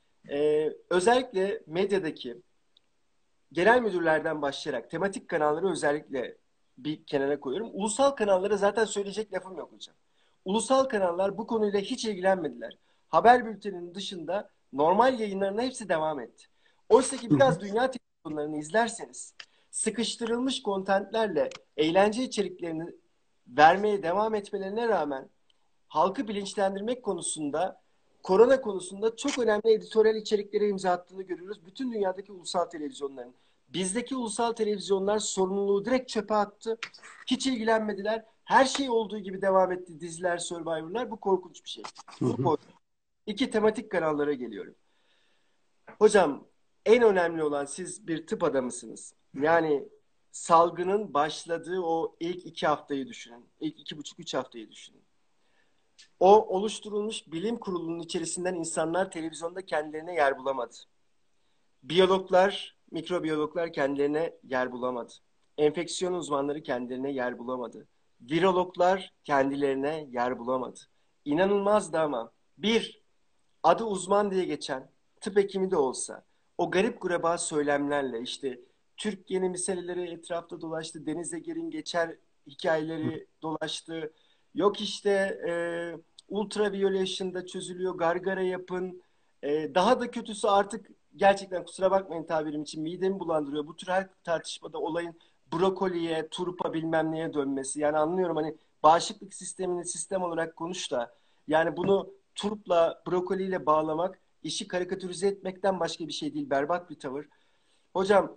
Speaker 1: Özellikle medyadaki genel müdürlerden başlayarak tematik kanalları özellikle bir kenara koyuyorum. Ulusal kanallara zaten söyleyecek lafım yok hocam. Ulusal kanallar bu konuyla hiç ilgilenmediler. Haber bülteninin dışında normal yayınlarına hepsi devam etti. Oysa ki biraz dünya televizyonlarını izlerseniz sıkıştırılmış kontentlerle eğlence içeriklerini vermeye devam etmelerine rağmen halkı bilinçlendirmek konusunda, korona konusunda çok önemli editoryal içeriklere imza attığını görüyoruz. Bütün dünyadaki ulusal televizyonların. Bizdeki ulusal televizyonlar sorumluluğu direkt çöpe attı. Hiç ilgilenmediler. Her şey olduğu gibi devam etti. Diziler, Survivor'lar. Bu korkunç bir şey. Bu korkunç. İki tematik kanallara geliyorum. Hocam en önemli olan, siz bir tıp adamısınız. Yani salgının başladığı o ilk 2 haftayı düşünün. İlk 2,5-3 haftayı düşünün. O oluşturulmuş bilim kurulunun içerisinden insanlar televizyonda kendilerine yer bulamadı. Biyologlar, mikrobiyologlar kendilerine yer bulamadı. Enfeksiyon uzmanları kendilerine yer bulamadı. Virologlar kendilerine yer bulamadı. İnanılmazdı ama bir, adı uzman diye geçen tıp hekimi de olsa o garip gureba söylemlerle işte Türk yeni meseleleri etrafta dolaştı. Deniz Eger'in geçer hikayeleri dolaştı. Yok işte ultraviyolation'da çözülüyor. Gargara yapın. Daha da kötüsü artık gerçekten kusura bakmayın tabirim için midemi bulandırıyor. Bu tür her tartışmada olayın brokoliye, turpa bilmem neye dönmesi. Yani anlıyorum hani bağışıklık sistemini sistem olarak konuş da yani bunu turpla, brokoliyle bağlamak işi karikatürize etmekten başka bir şey değil. Berbat bir tavır. Hocam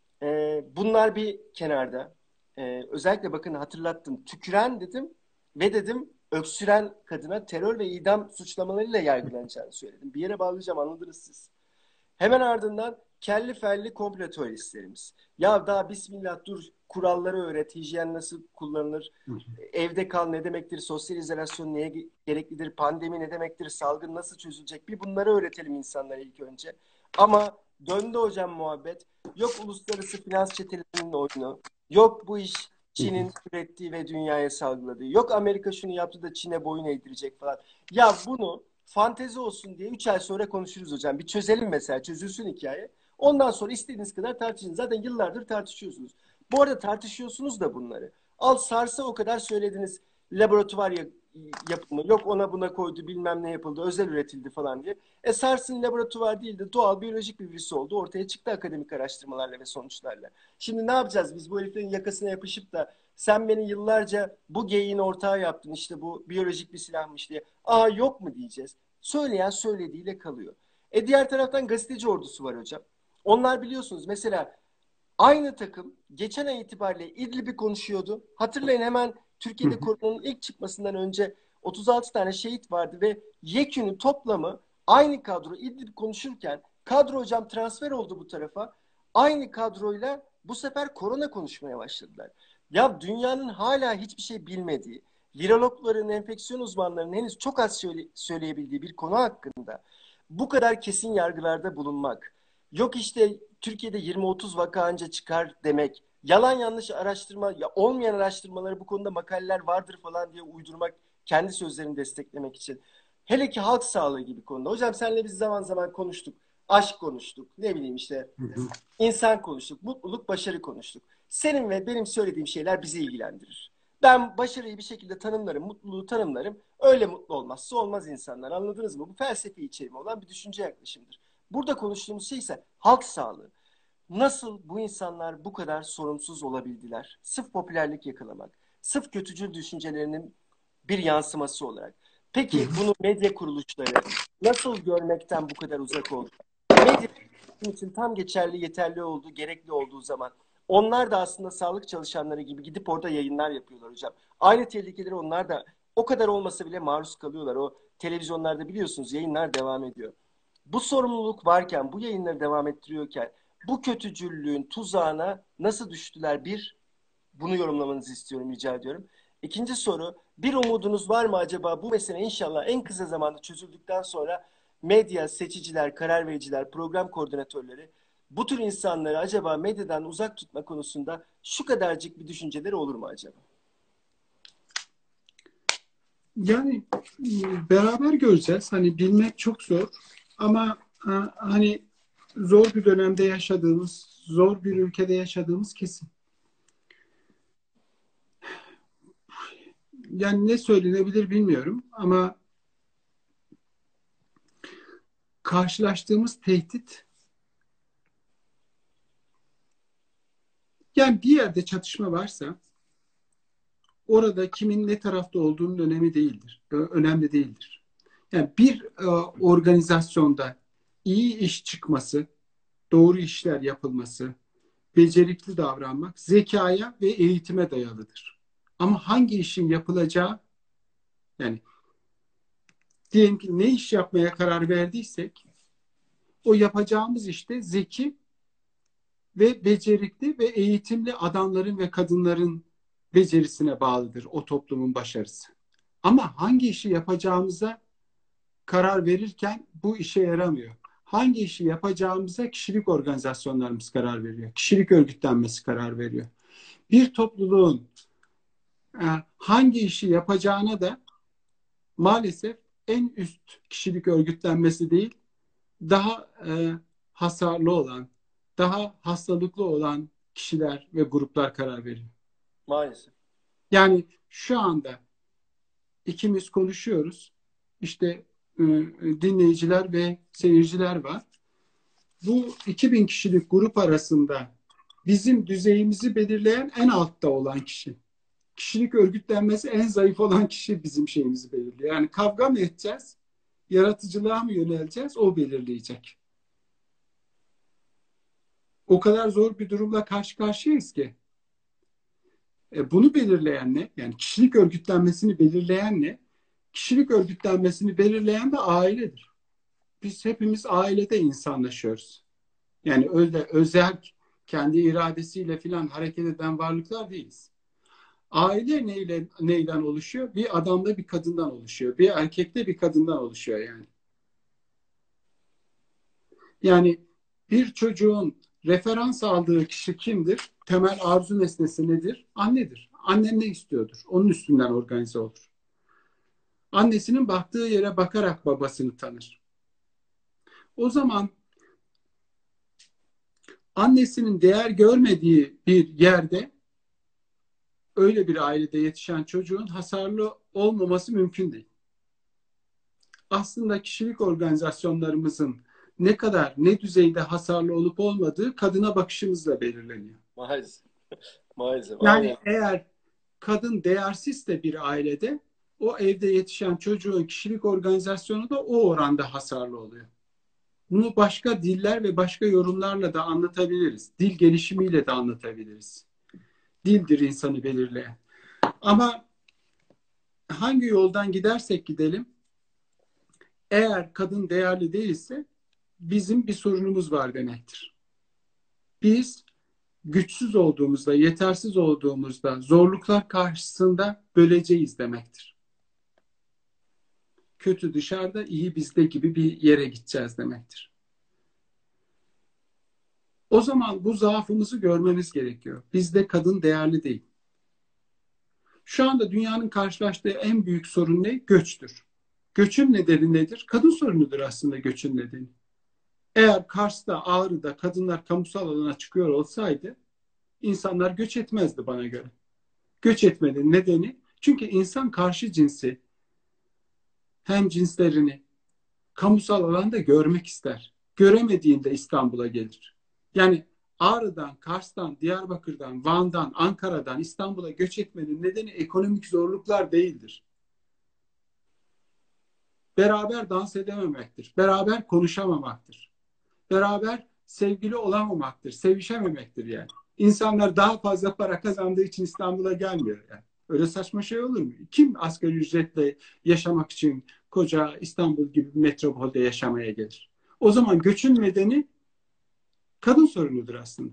Speaker 1: bunlar bir kenarda. Özellikle bakın hatırlattım. Tüküren dedim ve dedim öksüren kadına terör ve idam suçlamalarıyla yargılanacağını söyledim. Bir yere bağlayacağım, anladınız siz. Hemen ardından kelli felli komplo teoristlerimiz. Ya daha bismillah dur, kuralları öğret, hijyen nasıl kullanılır, evde kal ne demektir, sosyal izolasyon neye gereklidir, pandemi ne demektir, salgın nasıl çözülecek, bir bunları öğretelim insanlara ilk önce. Ama döndü hocam muhabbet. Yok uluslararası finans çetelerinin oyunu, yok bu iş Çin'in ürettiği ve dünyaya salgıladığı, yok Amerika şunu yaptı da Çin'e boyun eğdirecek falan. Ya bunu fantezi olsun diye 3 ay sonra konuşuruz hocam. Bir çözelim mesela. Çözülsün hikaye. Ondan sonra istediğiniz kadar tartışın. Zaten yıllardır tartışıyorsunuz. Bu arada tartışıyorsunuz da bunları. Al sarsa o kadar söylediniz. Laboratuvar yapımı. Yok ona buna koydu bilmem ne yapıldı. Özel üretildi falan diye. SARS'ın laboratuvar değil de doğal biyolojik bir virüs oldu. Ortaya çıktı akademik araştırmalarla ve sonuçlarla. Şimdi ne yapacağız? Biz bu heriflerin yakasına yapışıp da sen beni yıllarca bu geyiğin ortağı yaptın, işte bu biyolojik bir silahmış diye. Aa yok mu diyeceğiz. Söyleyen söylediğiyle kalıyor. Diğer taraftan gazeteci ordusu var hocam. Onlar biliyorsunuz mesela aynı takım geçen ay itibariyle İdlib'i konuşuyordu. Hatırlayın, hemen Türkiye'de koronanın ilk çıkmasından önce 36 tane şehit vardı ve yekünün toplamı aynı kadro İdlib konuşurken kadro hocam transfer oldu bu tarafa. Aynı kadroyla bu sefer korona konuşmaya başladılar. Ya dünyanın hala hiçbir şey bilmediği, virologların, enfeksiyon uzmanlarının henüz çok az söyleyebildiği bir konu hakkında bu kadar kesin yargılarda bulunmak, yok işte Türkiye'de 20-30 vaka anca çıkar demek, yalan yanlış araştırma, ya olmayan araştırmaları bu konuda makaleler vardır falan diye uydurmak, kendi sözlerini desteklemek için. Hele ki halk sağlığı gibi konuda. Hocam senle biz zaman zaman konuştuk. Aşk konuştuk. Ne bileyim işte insan konuştuk. Mutluluk, başarı konuştuk. Senin ve benim söylediğim şeyler bizi ilgilendirir. Ben başarıyı bir şekilde tanımlarım, mutluluğu tanımlarım. Öyle mutlu olmazsa olmaz insanlar. Anladınız mı? Bu felsefi içerimi olan bir düşünce yaklaşımdır. Burada konuştuğumuz şey ise halk sağlığı. Nasıl bu insanlar bu kadar sorumsuz olabildiler? Sırf popülerlik yakalamak, sırf kötücül düşüncelerinin bir yansıması olarak. Peki bunu medya kuruluşları nasıl görmekten bu kadar uzak oldu? Medya için tam geçerli, yeterli olduğu, gerekli olduğu zaman Onlar da aslında sağlık çalışanları gibi gidip orada yayınlar yapıyorlar hocam. Aynı tehlikeleri onlar da o kadar olmasa bile maruz kalıyorlar. O televizyonlarda biliyorsunuz yayınlar devam ediyor. Bu sorumluluk varken, bu yayınları devam ettiriyorken bu kötücüllüğün tuzağına nasıl düştüler? Bir, bunu yorumlamanızı istiyorum, rica ediyorum. İkinci soru, bir umudunuz var mı acaba bu mesele inşallah en kısa zamanda çözüldükten sonra medya, seçiciler, karar vericiler, program koordinatörleri bu tür insanları acaba medyadan uzak tutma konusunda şu kadarcık bir düşünceleri olur mu acaba?
Speaker 2: Yani beraber göreceğiz. Hani bilmek çok zor ama hani zor bir dönemde yaşadığımız, zor bir ülkede yaşadığımız kesin. Yani ne söylenebilir bilmiyorum ama karşılaştığımız tehdit, yani bir yerde çatışma varsa orada kimin ne tarafta olduğunun önemi değildir. Önemli değildir. Yani bir organizasyonda iyi iş çıkması, doğru işler yapılması, becerikli davranmak zekaya ve eğitime dayalıdır. Ama hangi işin yapılacağı, yani diyelim ki ne iş yapmaya karar verdiysek o yapacağımız işte zeki ve becerikli ve eğitimli adamların ve kadınların becerisine bağlıdır o toplumun başarısı. Ama hangi işi yapacağımıza karar verirken bu işe yaramıyor. Hangi işi yapacağımıza kişilik organizasyonlarımız karar veriyor. Kişilik örgütlenmesi karar veriyor. Bir topluluğun hangi işi yapacağına da maalesef en üst kişilik örgütlenmesi değil, daha hasarlı olan, daha hastalıklı olan kişiler ve gruplar karar veriyor.
Speaker 1: Maalesef.
Speaker 2: Yani şu anda ikimiz konuşuyoruz. İşte dinleyiciler ve seyirciler var. Bu 2000 kişilik grup arasında bizim düzeyimizi belirleyen en altta olan kişi. Kişilik örgütlenmesi en zayıf olan kişi bizim şeyimizi belirliyor. Yani kavga mı edeceğiz, yaratıcılığa mı yöneleceğiz, o belirleyecek. O kadar zor bir durumla karşı karşıyayız ki. Bunu belirleyen ne? Yani kişilik örgütlenmesini belirleyen ne? Kişilik örgütlenmesini belirleyen de ailedir. Biz hepimiz ailede insanlaşıyoruz. Yani öyle özel kendi iradesiyle filan hareket eden varlıklar değiliz. Aile neyden oluşuyor? Bir adamla bir kadından oluşuyor. Bir erkekle bir kadından oluşuyor yani. Yani bir çocuğun referans aldığı kişi kimdir? Temel arzu nesnesi nedir? Annedir. Annen ne istiyordur? Onun üstünden organize olur. Annesinin baktığı yere bakarak babasını tanır. O zaman annesinin değer görmediği bir yerde öyle bir ailede yetişen çocuğun hasarlı olmaması mümkün değil. Aslında kişilik organizasyonlarımızın ne kadar, ne düzeyde hasarlı olup olmadığı kadına bakışımızla belirleniyor.
Speaker 1: Maalesef. Maalesef.
Speaker 2: Yani
Speaker 1: Aynen.
Speaker 2: eğer kadın değersizse bir ailede o evde yetişen çocuğun kişilik organizasyonu da o oranda hasarlı oluyor. Bunu başka diller ve başka yorumlarla da anlatabiliriz. Dil gelişimiyle de anlatabiliriz. Dildir insanı belirleyen. Ama hangi yoldan gidersek gidelim, eğer kadın değerli değilse bizim bir sorunumuz var demektir. Biz güçsüz olduğumuzda, yetersiz olduğumuzda, zorluklar karşısında böleceğiz demektir. Kötü dışarıda, iyi bizde gibi bir yere gideceğiz demektir. O zaman bu zaafımızı görmemiz gerekiyor. Bizde kadın değerli değil. Şu anda dünyanın karşılaştığı en büyük sorun ne? Göçtür. Göçün nedeni nedir? Kadın sorunudur aslında göçün nedeni. Eğer Kars'ta, Ağrı'da kadınlar kamusal alana çıkıyor olsaydı insanlar göç etmezdi bana göre. Göç etmenin nedeni çünkü insan karşı cinsi hem cinslerini kamusal alanda görmek ister. Göremediğinde İstanbul'a gelir. Yani Ağrı'dan, Kars'tan, Diyarbakır'dan, Van'dan, Ankara'dan İstanbul'a göç etmenin nedeni ekonomik zorluklar değildir. Beraber dans edememektir. Beraber konuşamamaktır. Beraber sevgili olamamaktır. Sevişememektir yani. İnsanlar daha fazla para kazandığı için İstanbul'a gelmiyor yani. Öyle saçma şey olur mu? Kim asgari ücretle yaşamak için koca İstanbul gibi bir metropolde yaşamaya gelir? O zaman göçün nedeni kadın sorunudur aslında.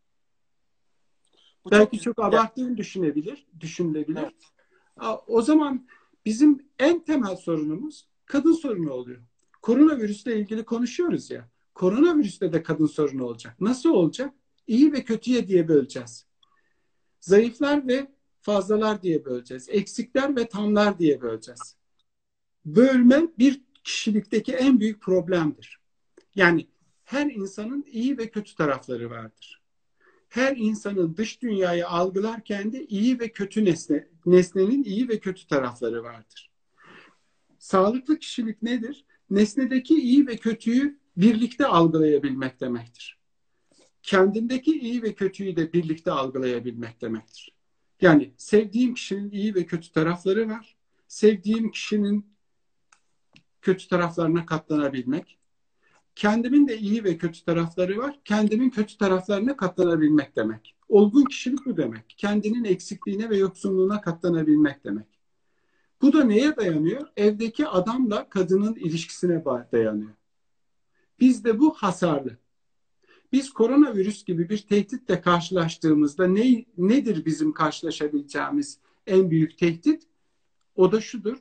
Speaker 1: Bu çok
Speaker 2: Belki
Speaker 1: güzel.
Speaker 2: çok
Speaker 1: Yani,
Speaker 2: abarttığını düşünülebilir.
Speaker 1: evet.
Speaker 2: O zaman bizim en temel sorunumuz kadın sorunu oluyor. Koronavirüsle ilgili konuşuyoruz ya. Koronavirüste de kadın sorunu olacak. Nasıl olacak? İyi ve kötüye diye böleceğiz. Zayıflar ve fazlalar diye böleceğiz. Eksikler ve tamlar diye böleceğiz. Bölme bir kişilikteki en büyük problemdir. Yani her insanın iyi ve kötü tarafları vardır. Her insanın dış dünyayı algılarken de iyi ve kötü nesnenin iyi ve kötü tarafları vardır. Sağlıklı kişilik nedir? Nesnedeki iyi ve kötüyü birlikte algılayabilmek demektir. Kendindeki iyi ve kötüyü de birlikte algılayabilmek demektir. Yani sevdiğim kişinin iyi ve kötü tarafları var. Sevdiğim kişinin kötü taraflarına katlanabilmek. Kendimin de iyi ve kötü tarafları var. Kendimin kötü taraflarına katlanabilmek demek. Olgun kişilik bu demek. Kendinin eksikliğine ve yoksunluğuna katlanabilmek demek. Bu da neye dayanıyor? Evdeki adamla kadının ilişkisine dayanıyor. Bizde bu hasarlı. Biz koronavirüs gibi bir tehditle karşılaştığımızda nedir bizim karşılaşabileceğimiz en büyük tehdit? O da şudur: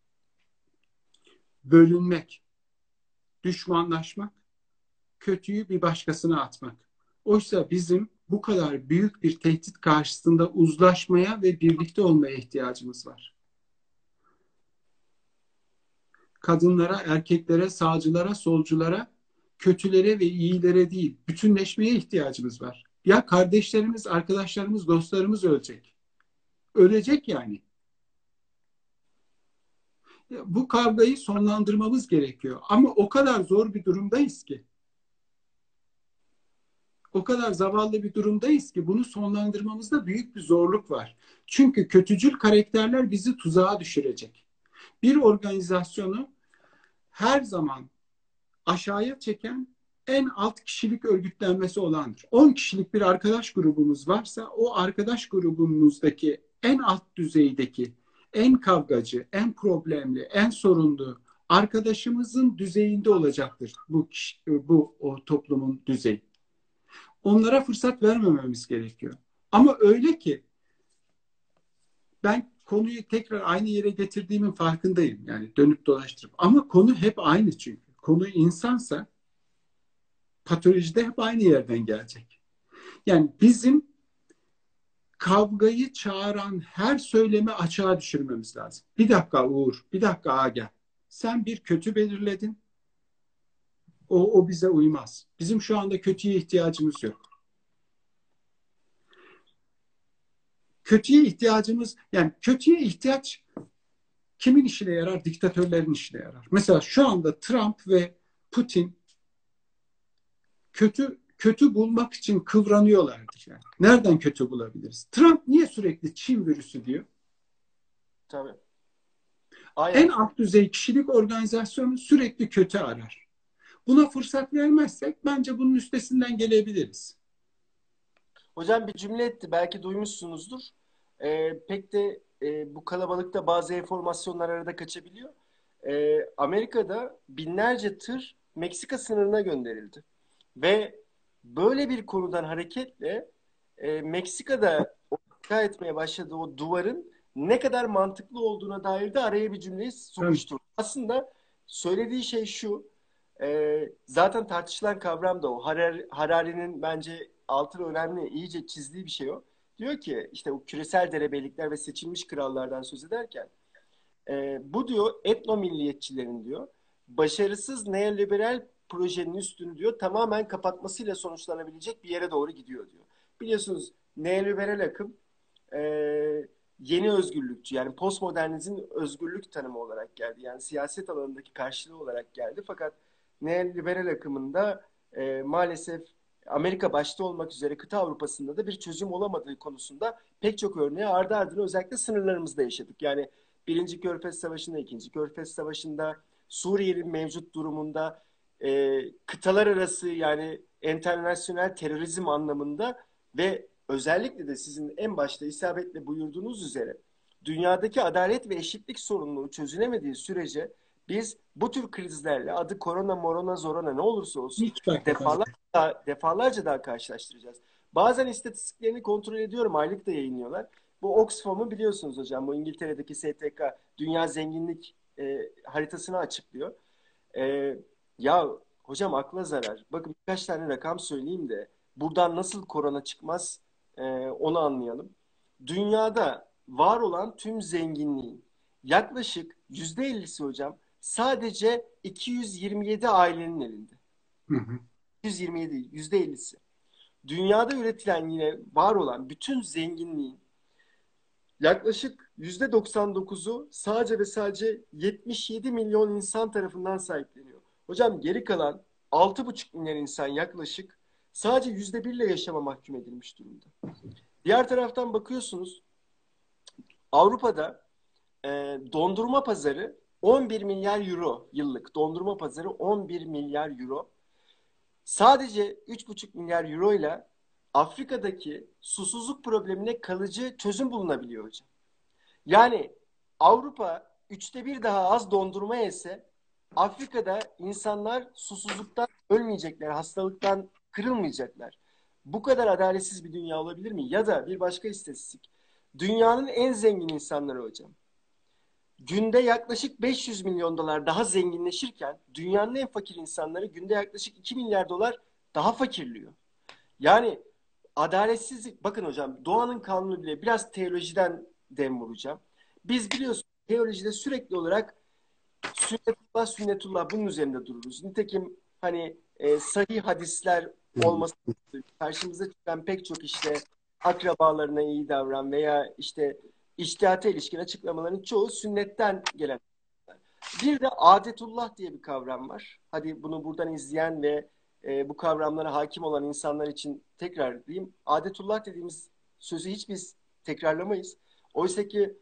Speaker 2: bölünmek, düşmanlaşmak, kötüyü bir başkasına atmak. Oysa bizim bu kadar büyük bir tehdit karşısında uzlaşmaya ve birlikte olmaya ihtiyacımız var. Kadınlara, erkeklere, sağcılara, solculara, kötülere ve iyilere değil, bütünleşmeye ihtiyacımız var. Ya kardeşlerimiz, arkadaşlarımız, dostlarımız ölecek. Ölecek yani. Bu kavgayı sonlandırmamız gerekiyor. Ama o kadar zor bir durumdayız ki. O kadar zavallı bir durumdayız ki bunu sonlandırmamızda büyük bir zorluk var. Çünkü kötücül karakterler bizi tuzağa düşürecek. Bir organizasyonu her zaman aşağıya çeken en alt kişilik örgütlenmesi olandır. 10 kişilik bir arkadaş grubumuz varsa o arkadaş grubumuzdaki en alt düzeydeki en kavgacı, en problemli, en sorunlu arkadaşımızın düzeyinde olacaktır bu o toplumun düzeyi. Onlara fırsat vermememiz gerekiyor. Ama öyle ki ben konuyu tekrar aynı yere getirdiğimin farkındayım. Yani dönüp dolaştırıp. Ama konu hep aynı çünkü. Konu insansa patolojide hep aynı yerden gelecek. Yani bizim kavgayı çağıran her söylemi açığa düşürmemiz lazım. Bir dakika Uğur, bir dakika Aga. Sen bir kötü belirledin. O bize uymaz. Bizim şu anda kötüye ihtiyacımız yok. Kötüye ihtiyacımız, yani kötüye ihtiyaç kimin işine yarar? Diktatörlerin işine yarar. Mesela şu anda Trump ve Putin kötü bulmak için kıvranıyorlardır yani. Nereden kötü bulabiliriz? Trump niye sürekli Çin virüsü diyor?
Speaker 1: Tabii.
Speaker 2: En
Speaker 1: Aynen.
Speaker 2: alt düzey kişilik organizasyonu sürekli kötü arar. Buna fırsat vermezsek bence bunun üstesinden gelebiliriz.
Speaker 1: Hocam bir cümle etti. Belki duymuşsunuzdur. Pek de bu kalabalıkta bazı enformasyonlar arada kaçabiliyor. Amerika'da binlerce tır Meksika sınırına gönderildi. Ve böyle bir konudan hareketle Meksika'da inşa etmeye başladığı o duvarın ne kadar mantıklı olduğuna dair de araya bir cümleyi
Speaker 2: Tabii.
Speaker 1: sokuşturdu. Aslında söylediği şey şu: zaten tartışılan kavram da o. Harari'nin bence altını önemli, iyice çizdiği bir şey o. Diyor ki işte o küresel derebeylikler ve seçilmiş krallardan söz ederken bu diyor etno milliyetçilerin diyor başarısız neoliberal projenin üstünü diyor tamamen kapatmasıyla sonuçlanabilecek bir yere doğru gidiyor diyor. Biliyorsunuz neoliberal akım e, yeni özgürlükçü yani postmodernizmin özgürlük tanımı olarak geldi. Yani siyaset alanındaki karşılığı olarak geldi. Fakat neoliberal akımında maalesef Amerika başta olmak üzere kıta Avrupa'sında da bir çözüm olamadığı konusunda pek çok örneği ardı ardına özellikle sınırlarımızda yaşadık. Yani Birinci Körfez Savaşı'nda, İkinci Körfez Savaşı'nda, Suriye'nin mevcut durumunda kıtalar arası yani internasyonel terörizm anlamında Ve özellikle de sizin en başta isabetle buyurduğunuz üzere dünyadaki adalet ve eşitlik sorununu çözülemediği sürece biz bu tür krizlerle, adı korona, morona, zorona ne olursa olsun
Speaker 2: Hiç fark etmez.
Speaker 1: defalarca daha karşılaştıracağız. Bazen istatistiklerini kontrol ediyorum. Aylık da yayınlıyorlar. Bu Oxfam'ı biliyorsunuz hocam. Bu İngiltere'deki STK dünya zenginlik haritasını açıklıyor. E, ya hocam akla zarar. Bakın birkaç tane rakam söyleyeyim de buradan nasıl korona çıkmaz onu anlayalım. Dünyada var olan tüm zenginliğin yaklaşık %50'si hocam sadece 227 ailenin elinde.
Speaker 2: Hı hı.
Speaker 1: 227 %50'si. Dünyada üretilen yine var olan bütün zenginliğin yaklaşık %99'u sadece ve sadece 77 milyon insan tarafından sahipleniyor. Hocam geri kalan 6,5 milyar insan yaklaşık sadece %1 ile yaşama mahkum edilmiş durumda. Diğer taraftan bakıyorsunuz Avrupa'da dondurma pazarı 11 milyar euro yıllık. Dondurma pazarı 11 milyar euro. Sadece 3,5 milyar euro ile Afrika'daki susuzluk problemine kalıcı çözüm bulunabiliyor hocam. Yani Avrupa 1/3 daha az dondurma yese Afrika'da insanlar susuzluktan ölmeyecekler, hastalıktan kırılmayacaklar. Bu kadar adaletsiz bir dünya olabilir mi? Ya da bir başka istatistik. Dünyanın en zengin insanları hocam. Günde yaklaşık 500 milyon dolar daha zenginleşirken dünyanın en fakir insanları günde yaklaşık 2 milyar dolar daha fakirliyor. Yani adaletsizlik, bakın hocam doğanın kanunu bile biraz teolojiden dem vuracağım. Biz biliyorsunuz teolojide sürekli olarak sünnetullah sünnetullah bunun üzerinde dururuz. Nitekim hani sahih hadisler olması karşımıza çıkan pek çok işte akrabalarına iyi davran veya işte içtihata ilişkin açıklamaların çoğu sünnetten gelen. Bir de adetullah diye bir kavram var. Hadi bunu buradan izleyen ve bu kavramlara hakim olan insanlar için tekrarlayayım. Adetullah dediğimiz sözü hiç biz tekrarlamayız. Oysa ki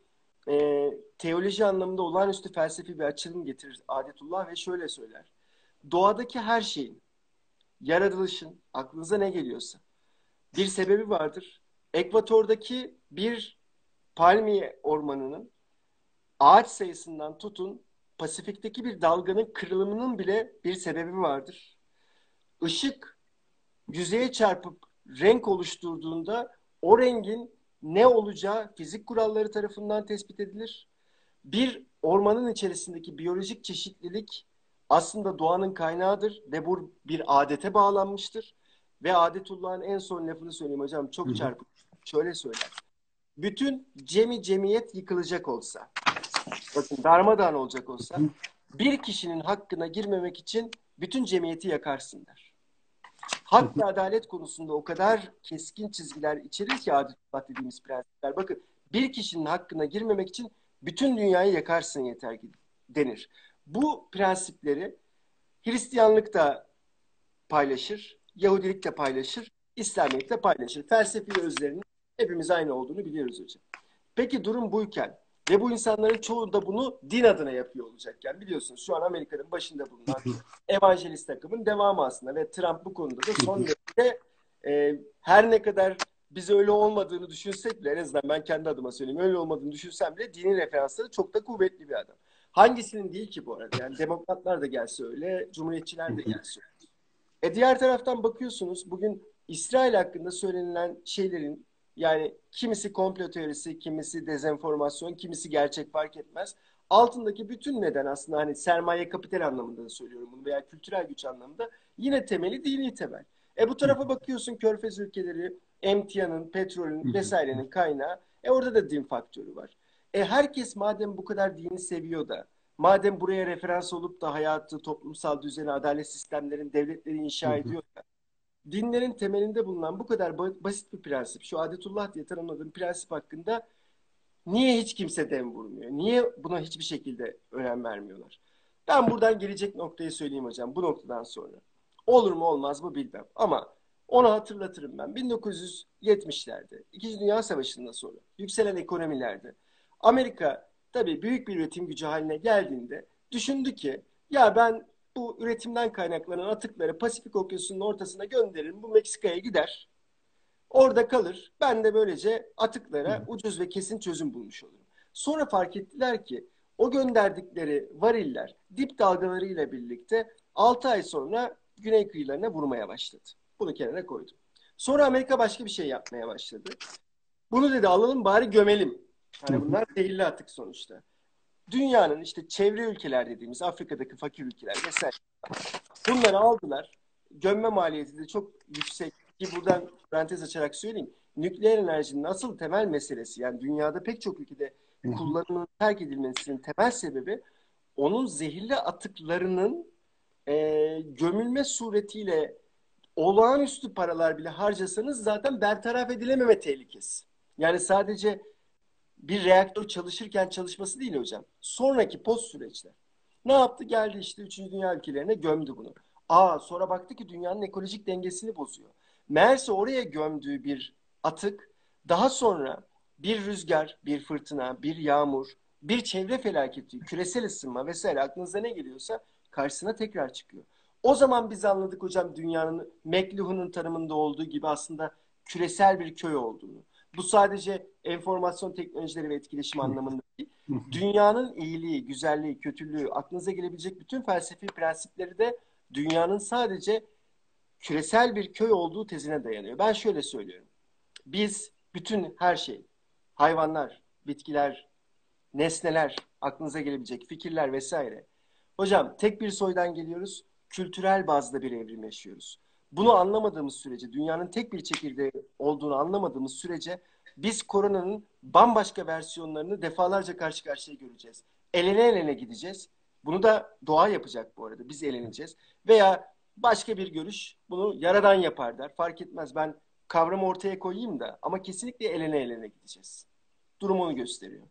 Speaker 1: teoloji anlamında olağanüstü felsefi bir açılım getirir adetullah ve şöyle söyler. Doğadaki her şeyin, yaratılışın, aklınıza ne geliyorsa bir sebebi vardır. Ekvatordaki bir palmiye ormanının ağaç sayısından tutun Pasifik'teki bir dalganın kırılımının bile bir sebebi vardır. Işık yüzeye çarpıp renk oluşturduğunda o rengin ne olacağı fizik kuralları tarafından tespit edilir. Bir ormanın içerisindeki biyolojik çeşitlilik aslında doğanın kaynağıdır ve bu bir adete bağlanmıştır. Ve adetullah'ın en son lafını söyleyeyim hocam, çok çarpıcı. Şöyle söyler. Bütün cemiyet yıkılacak olsa, bakın darmadağın olacak olsa, bir kişinin hakkına girmemek için bütün cemiyeti yakarsın der. Hak ve adalet konusunda o kadar keskin çizgiler içerir ki adetullah dediğimiz prensipler. Bakın bir kişinin hakkına girmemek için bütün dünyayı yakarsın yeter ki denir. Bu prensipleri Hristiyanlık da paylaşır, Yahudilik de paylaşır, İslamiyet de paylaşır. Felsefi özlerinin hepimiz aynı olduğunu biliyoruz hocam. Peki durum buyken ve bu insanların çoğu da bunu din adına yapıyor olacakken, biliyorsunuz şu an Amerika'nın başında bulunan evangelist takımın devamı aslında ve Trump bu konuda da son derece her ne kadar biz öyle olmadığını düşünsek bile, en azından ben kendi adıma söyleyeyim, öyle olmadığını düşünsem bile dini referansları çok da kuvvetli bir adam. Hangisinin değil ki bu arada? Yani demokratlar da gelse öyle, cumhuriyetçiler de gelse öyle. Diğer taraftan bakıyorsunuz bugün İsrail hakkında söylenilen şeylerin, yani kimisi komplo teorisi, kimisi dezenformasyon, kimisi gerçek fark etmez. Altındaki bütün neden aslında hani sermaye kapital anlamında da söylüyorum bunu veya kültürel güç anlamında yine temeli dini temel. Bu tarafa bakıyorsun Körfez ülkeleri, emtianın, petrolün vesairenin kaynağı. Orada da din faktörü var. Herkes madem bu kadar dini seviyor da, madem buraya referans olup da hayatı, toplumsal düzeni, adalet sistemlerin, devletleri inşa ediyor da, dinlerin temelinde bulunan bu kadar basit bir prensip, şu adetullah diye tanımladığım prensip hakkında niye hiç kimse dem vurmuyor? Niye buna hiçbir şekilde önem vermiyorlar? Ben buradan gelecek noktayı söyleyeyim hocam, bu noktadan sonra. Olur mu olmaz mı bilmem ama onu hatırlatırım ben. 1970'lerde, İkinci Dünya Savaşı'ndan sonra yükselen ekonomilerde Amerika tabii büyük bir üretim gücü haline geldiğinde düşündü ki ya ben bu üretimden kaynaklanan atıkları Pasifik Okyanusu'nun ortasına gönderirim. Bu Meksika'ya gider. Orada kalır. Ben de böylece atıklara
Speaker 2: Evet.
Speaker 1: ucuz ve kesin çözüm bulmuş olurum. Sonra fark ettiler ki o gönderdikleri variller dip dalgalarıyla birlikte 6 ay sonra güney kıyılarına vurmaya başladı. Bunu kenara koydum. Sonra Amerika başka bir şey yapmaya başladı. Bunu dedi alalım bari gömelim.
Speaker 2: Hı
Speaker 1: Hani
Speaker 2: hı.
Speaker 1: bunlar zehirli atık sonuçta. Dünyanın işte çevre ülkeler dediğimiz Afrika'daki fakir ülkeler vesaire. Bunları aldılar. Gömme maliyeti de çok yüksek. Ki buradan parantez açarak söyleyeyim. Nükleer enerjinin asıl temel meselesi yani dünyada pek çok ülkede
Speaker 2: Hı hı.
Speaker 1: kullanımının terk edilmesinin temel sebebi onun zehirli atıklarının gömülme suretiyle olağanüstü paralar bile harcasanız zaten bertaraf edilememe tehlikesi. Yani sadece bir reaktör çalışırken çalışması değil hocam. Sonraki post süreçte. Ne yaptı? Geldi işte 3. Dünya ülkelerine gömdü bunu. Sonra baktı ki dünyanın ekolojik dengesini bozuyor. Meğerse oraya gömdüğü bir atık daha sonra bir rüzgar, bir fırtına, bir yağmur, bir çevre felaketi, küresel ısınma vesaire aklınıza ne geliyorsa karşısına tekrar çıkıyor. O zaman biz anladık hocam dünyanın McLuhan'ın tanımında olduğu gibi aslında küresel bir köy olduğunu. Bu sadece enformasyon teknolojileri ve etkileşim anlamında değil.
Speaker 2: Hı hı.
Speaker 1: Dünyanın iyiliği, güzelliği, kötülüğü, aklınıza gelebilecek bütün felsefi prensipleri de dünyanın sadece küresel bir köy olduğu tezine dayanıyor. Ben şöyle söylüyorum. Biz bütün her şey, hayvanlar, bitkiler, nesneler, aklınıza gelebilecek fikirler vesaire. Hocam tek bir soydan geliyoruz, kültürel bazda bir evrim yaşıyoruz. Bunu anlamadığımız sürece, dünyanın tek bir çekirdeği olduğunu anlamadığımız sürece biz koronanın bambaşka versiyonlarını defalarca karşı karşıya göreceğiz. Elene elene gideceğiz. Bunu da doğa yapacak bu arada. Biz eleneceğiz. Veya başka bir görüş bunu yaradan yapar der. Fark etmez ben kavramı ortaya koyayım da ama kesinlikle elene elene gideceğiz. Durum onu gösteriyor.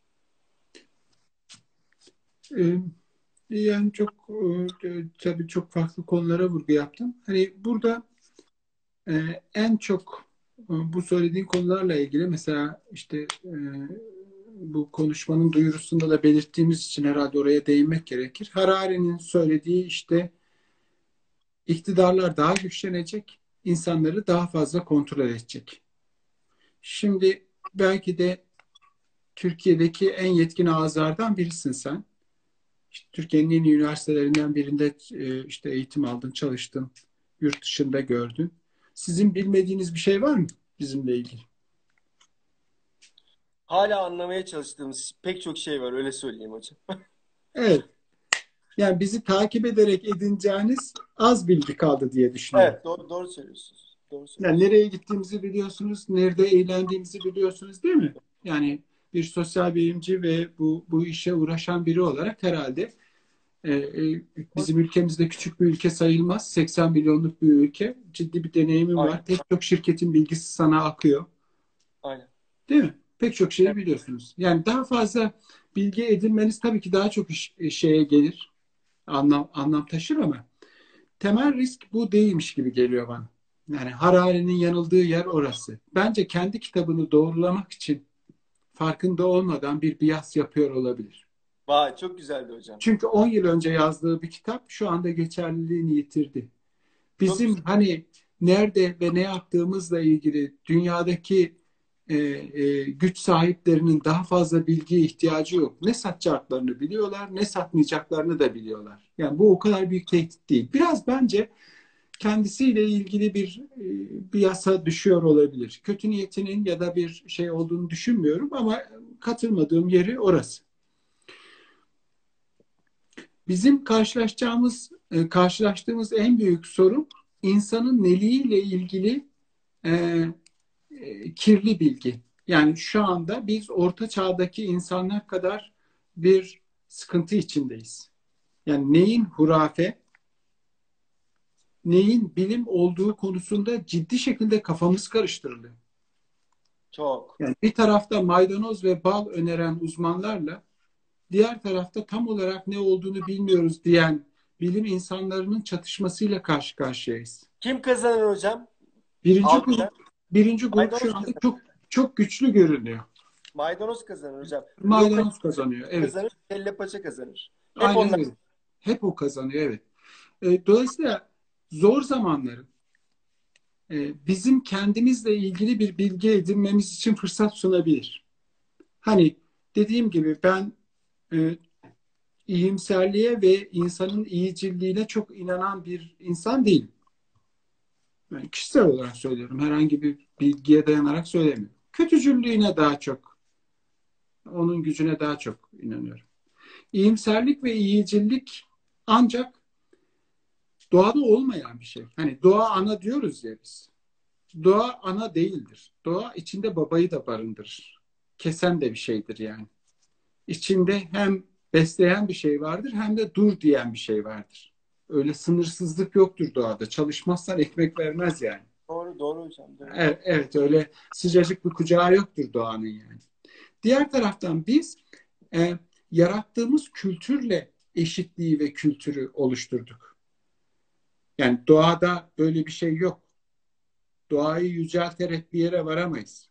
Speaker 2: Ee, Yani çok tabii çok farklı konulara vurgu yaptım. Hani burada en çok bu söylediğin konularla ilgili mesela işte bu konuşmanın duyurusunda da belirttiğimiz için herhalde oraya değinmek gerekir. Harari'nin söylediği işte iktidarlar daha güçlenecek, insanları daha fazla kontrol edecek. Şimdi belki de Türkiye'deki en yetkin ağızlardan birisin sen. İşte Türkiye'nin en iyi üniversitelerinden birinde işte eğitim aldın, çalıştın, yurt dışında gördün. Sizin bilmediğiniz bir şey var mı bizimle ilgili?
Speaker 1: Hala anlamaya çalıştığımız pek çok şey var öyle söyleyeyim hocam.
Speaker 2: Evet. Yani bizi takip ederek edineceğiniz az bilgi kaldı diye düşünüyorum.
Speaker 1: Evet doğru söylüyorsunuz. Doğru
Speaker 2: Yani
Speaker 1: söylüyorsunuz.
Speaker 2: nereye gittiğimizi biliyorsunuz, nerede eğlendiğimizi biliyorsunuz değil mi? Yani bir sosyal bilimci ve bu işe uğraşan biri olarak herhalde bizim ülkemizde küçük bir ülke sayılmaz. 80 milyonluk bir ülke. Ciddi bir deneyimim
Speaker 1: Aynen.
Speaker 2: var. Pek çok şirketin bilgisi sana akıyor.
Speaker 1: Aynen.
Speaker 2: Değil mi? Pek çok şeyi
Speaker 1: Evet.
Speaker 2: biliyorsunuz. Yani daha fazla bilgi edinmeniz tabii ki daha çok şeye gelir. Anlam taşır ama temel risk bu değilmiş gibi geliyor bana. Yani Harari'nin yanıldığı yer orası. Bence kendi kitabını doğrulamak için farkında olmadan bir bias yapıyor olabilir.
Speaker 1: Vay çok güzeldi hocam.
Speaker 2: Çünkü 10 yıl önce yazdığı bir kitap şu anda geçerliliğini yitirdi.
Speaker 1: Çok
Speaker 2: Bizim
Speaker 1: güzel.
Speaker 2: hani nerede ve ne yaptığımızla ilgili dünyadaki güç sahiplerinin daha fazla bilgiye ihtiyacı yok. Ne satacaklarını biliyorlar, ne satmayacaklarını da biliyorlar. Yani bu o kadar büyük tehdit değil. Biraz bence kendisiyle ilgili bir yasa düşüyor olabilir. Kötü niyetinin ya da bir şey olduğunu düşünmüyorum ama katılmadığım yeri orası. Bizim karşılaştığımız en büyük sorun insanın neliğiyle ilgili e, kirli bilgi. Yani şu anda biz orta çağdaki insanlar kadar bir sıkıntı içindeyiz. Yani neyin hurafe, neyin bilim olduğu konusunda ciddi şekilde kafamız karıştırılıyor.
Speaker 1: Çok.
Speaker 2: Yani bir tarafta maydanoz ve bal öneren uzmanlarla diğer tarafta tam olarak ne olduğunu bilmiyoruz diyen bilim insanlarının çatışmasıyla karşı karşıyayız.
Speaker 1: Kim kazanır hocam?
Speaker 2: Birinci
Speaker 1: Algıda.
Speaker 2: grup, birinci grup
Speaker 1: Maydanoz
Speaker 2: şu anda
Speaker 1: kazanır.
Speaker 2: çok güçlü görünüyor.
Speaker 1: Maydanoz kazanır hocam. Brokoli
Speaker 2: Maydanoz kazanıyor. Evet.
Speaker 1: kazanır. Kelle paça kazanır. Hep
Speaker 2: Aynen
Speaker 1: onlar.
Speaker 2: öyle. Hep o kazanıyor. Evet. Dolayısıyla zor zamanların bizim kendimizle ilgili bir bilgi edinmemiz için fırsat sunabilir. Hani dediğim gibi ben e, iyimserliğe ve insanın iyicilliğine çok inanan bir insan değilim. Ben kişisel olarak söylüyorum. Herhangi bir bilgiye dayanarak söylemiyorum. Kötücüllüğüne daha çok, onun gücüne daha çok inanıyorum. İyimserlik ve iyicillik ancak doğada olmayan bir şey. Hani doğa ana diyoruz ya biz. Doğa ana değildir. Doğa içinde babayı da barındırır. Kesen de bir şeydir yani. İçinde hem besleyen bir şey vardır hem de dur diyen bir şey vardır. Öyle sınırsızlık yoktur doğada. Çalışmazsan ekmek vermez yani.
Speaker 1: Doğru, doğru hocam, doğru.
Speaker 2: Evet, evet, öyle sıcacık bir kucağı yoktur doğanın yani. Diğer taraftan biz e, yarattığımız kültürle eşitliği ve kültürü oluşturduk. Yani doğada böyle bir şey yok. Doğayı yücelterek bir yere varamayız.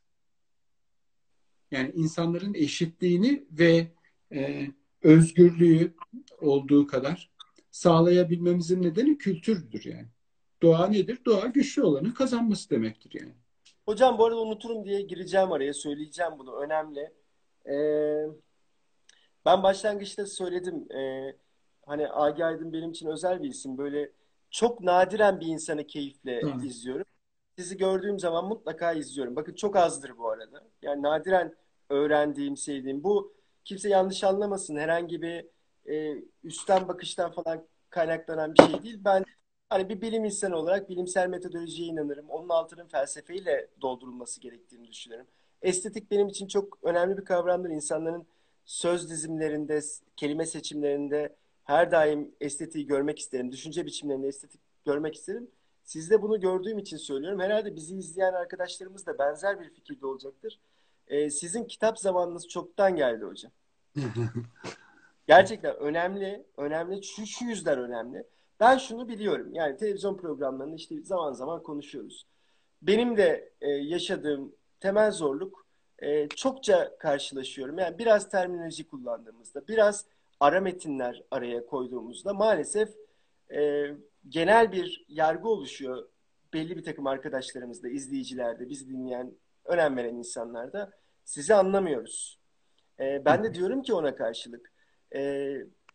Speaker 2: Yani insanların eşitliğini ve e, özgürlüğü olduğu kadar sağlayabilmemizin nedeni kültürdür yani. Doğa nedir? Doğa güçlü olanın kazanması demektir yani.
Speaker 1: Hocam bu arada unuturum diye gireceğim araya, söyleyeceğim bunu. Önemli. Ee, Ben başlangıçta söyledim. Hani Agi Aydın benim için özel bir isim. Böyle çok nadiren bir insanı keyifle
Speaker 2: Tamam.
Speaker 1: izliyorum. Sizi gördüğüm zaman mutlaka izliyorum. Bakın çok azdır bu arada. Yani nadiren öğrendiğim, sevdiğim. Bu kimse yanlış anlamasın. Herhangi bir üstten bakıştan falan kaynaklanan bir şey değil. Ben hani bir bilim insanı olarak bilimsel metodolojiye inanırım. Onun altının felsefeyle doldurulması gerektiğini düşünüyorum. Estetik benim için çok önemli bir kavramdır. İnsanların söz dizimlerinde, kelime seçimlerinde her daim estetiği görmek isterim. Düşünce biçimlerinde estetik görmek isterim. Sizde bunu gördüğüm için söylüyorum. Herhalde bizi izleyen arkadaşlarımız da benzer bir fikirde olacaktır. Sizin kitap zamanınız çoktan geldi hocam. Gerçekten önemli, önemli. Şu yüzden önemli. Ben şunu biliyorum. Yani televizyon programlarında işte zaman zaman konuşuyoruz. Benim de yaşadığım temel zorluk çokça karşılaşıyorum. Yani biraz terminoloji kullandığımızda, biraz ara metinler araya koyduğumuzda maalesef e, genel bir yargı oluşuyor. Belli bir takım arkadaşlarımızda, izleyicilerde, bizi dinleyen, önem veren insanlarda sizi anlamıyoruz. Ben de diyorum ki ona karşılık e,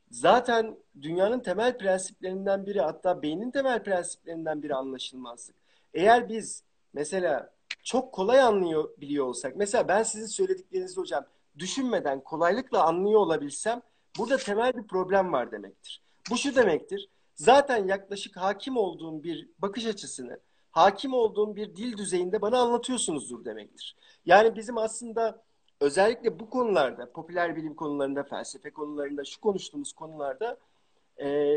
Speaker 1: zaten dünyanın temel prensiplerinden biri, hatta beynin temel prensiplerinden biri anlaşılmazlık. Eğer biz mesela çok kolay anlıyor biliyor olsak, mesela ben sizin söylediklerinizi hocam düşünmeden kolaylıkla anlıyor olabilsem, burada temel bir problem var demektir. Bu şu demektir: zaten yaklaşık hakim olduğum bir bakış açısını, hakim olduğum bir dil düzeyinde bana anlatıyorsunuzdur demektir. Yani bizim aslında özellikle bu konularda, popüler bilim konularında, felsefe konularında, şu konuştuğumuz konularda e,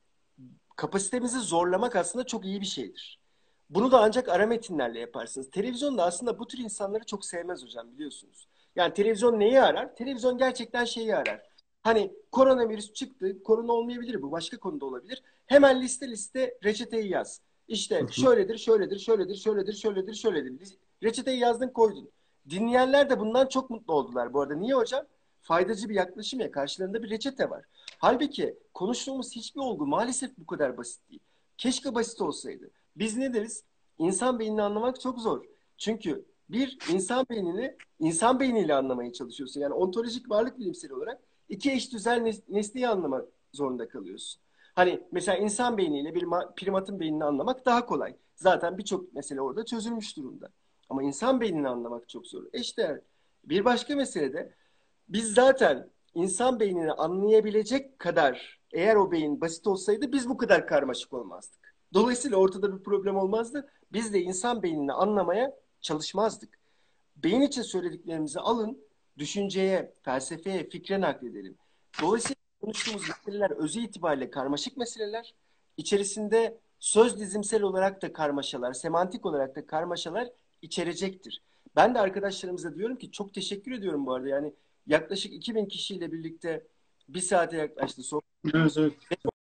Speaker 1: kapasitemizi zorlamak aslında çok iyi bir şeydir. Bunu da ancak ara metinlerle yaparsınız. Televizyon da aslında bu tür insanları çok sevmez hocam, biliyorsunuz. Yani televizyon neyi arar? Televizyon gerçekten şeyi arar. Hani koronavirüs çıktı, korona olmayabilir, bu başka konuda olabilir. Hemen liste liste reçeteyi yaz. İşte şöyledir, şöyledir, şöyledir, şöyledir, şöyledir, şöyledir. Reçeteyi yazdın, koydun. Dinleyenler de bundan çok mutlu oldular bu arada. Niye hocam? Faydacı bir yaklaşım ya, karşılarında bir reçete var. Halbuki konuştuğumuz hiçbir olgu maalesef bu kadar basit değil. Keşke basit olsaydı. Biz ne deriz? İnsan beynini anlamak çok zor. Çünkü bir insan beynini insan beyniyle anlamaya çalışıyorsun. Yani ontolojik varlık bilimsel olarak iki eşdüzel nesneyi anlamak zorunda kalıyorsun. Hani mesela insan beyniyle bir primatın beynini anlamak daha kolay. Zaten birçok mesele orada çözülmüş durumda. Ama insan beynini anlamak çok zor. İşte bir başka mesele de biz zaten insan beynini anlayabilecek kadar, eğer o beyin basit olsaydı biz bu kadar karmaşık olmazdık. Dolayısıyla ortada bir problem olmazdı. Biz de insan beynini anlamaya çalışmazdık. Beyin için söylediklerimizi alın, düşünceye, felsefeye, fikre nakledelim. Dolayısıyla konuştuğumuz meseleler özü itibariyle karmaşık meseleler. İçerisinde söz dizimsel olarak da karmaşalar, semantik olarak da karmaşalar içerecektir. Ben de arkadaşlarımıza diyorum ki çok teşekkür ediyorum bu arada. Yani yaklaşık 2000 kişiyle birlikte bir saate yaklaştı sohbet.
Speaker 2: Evet, evet.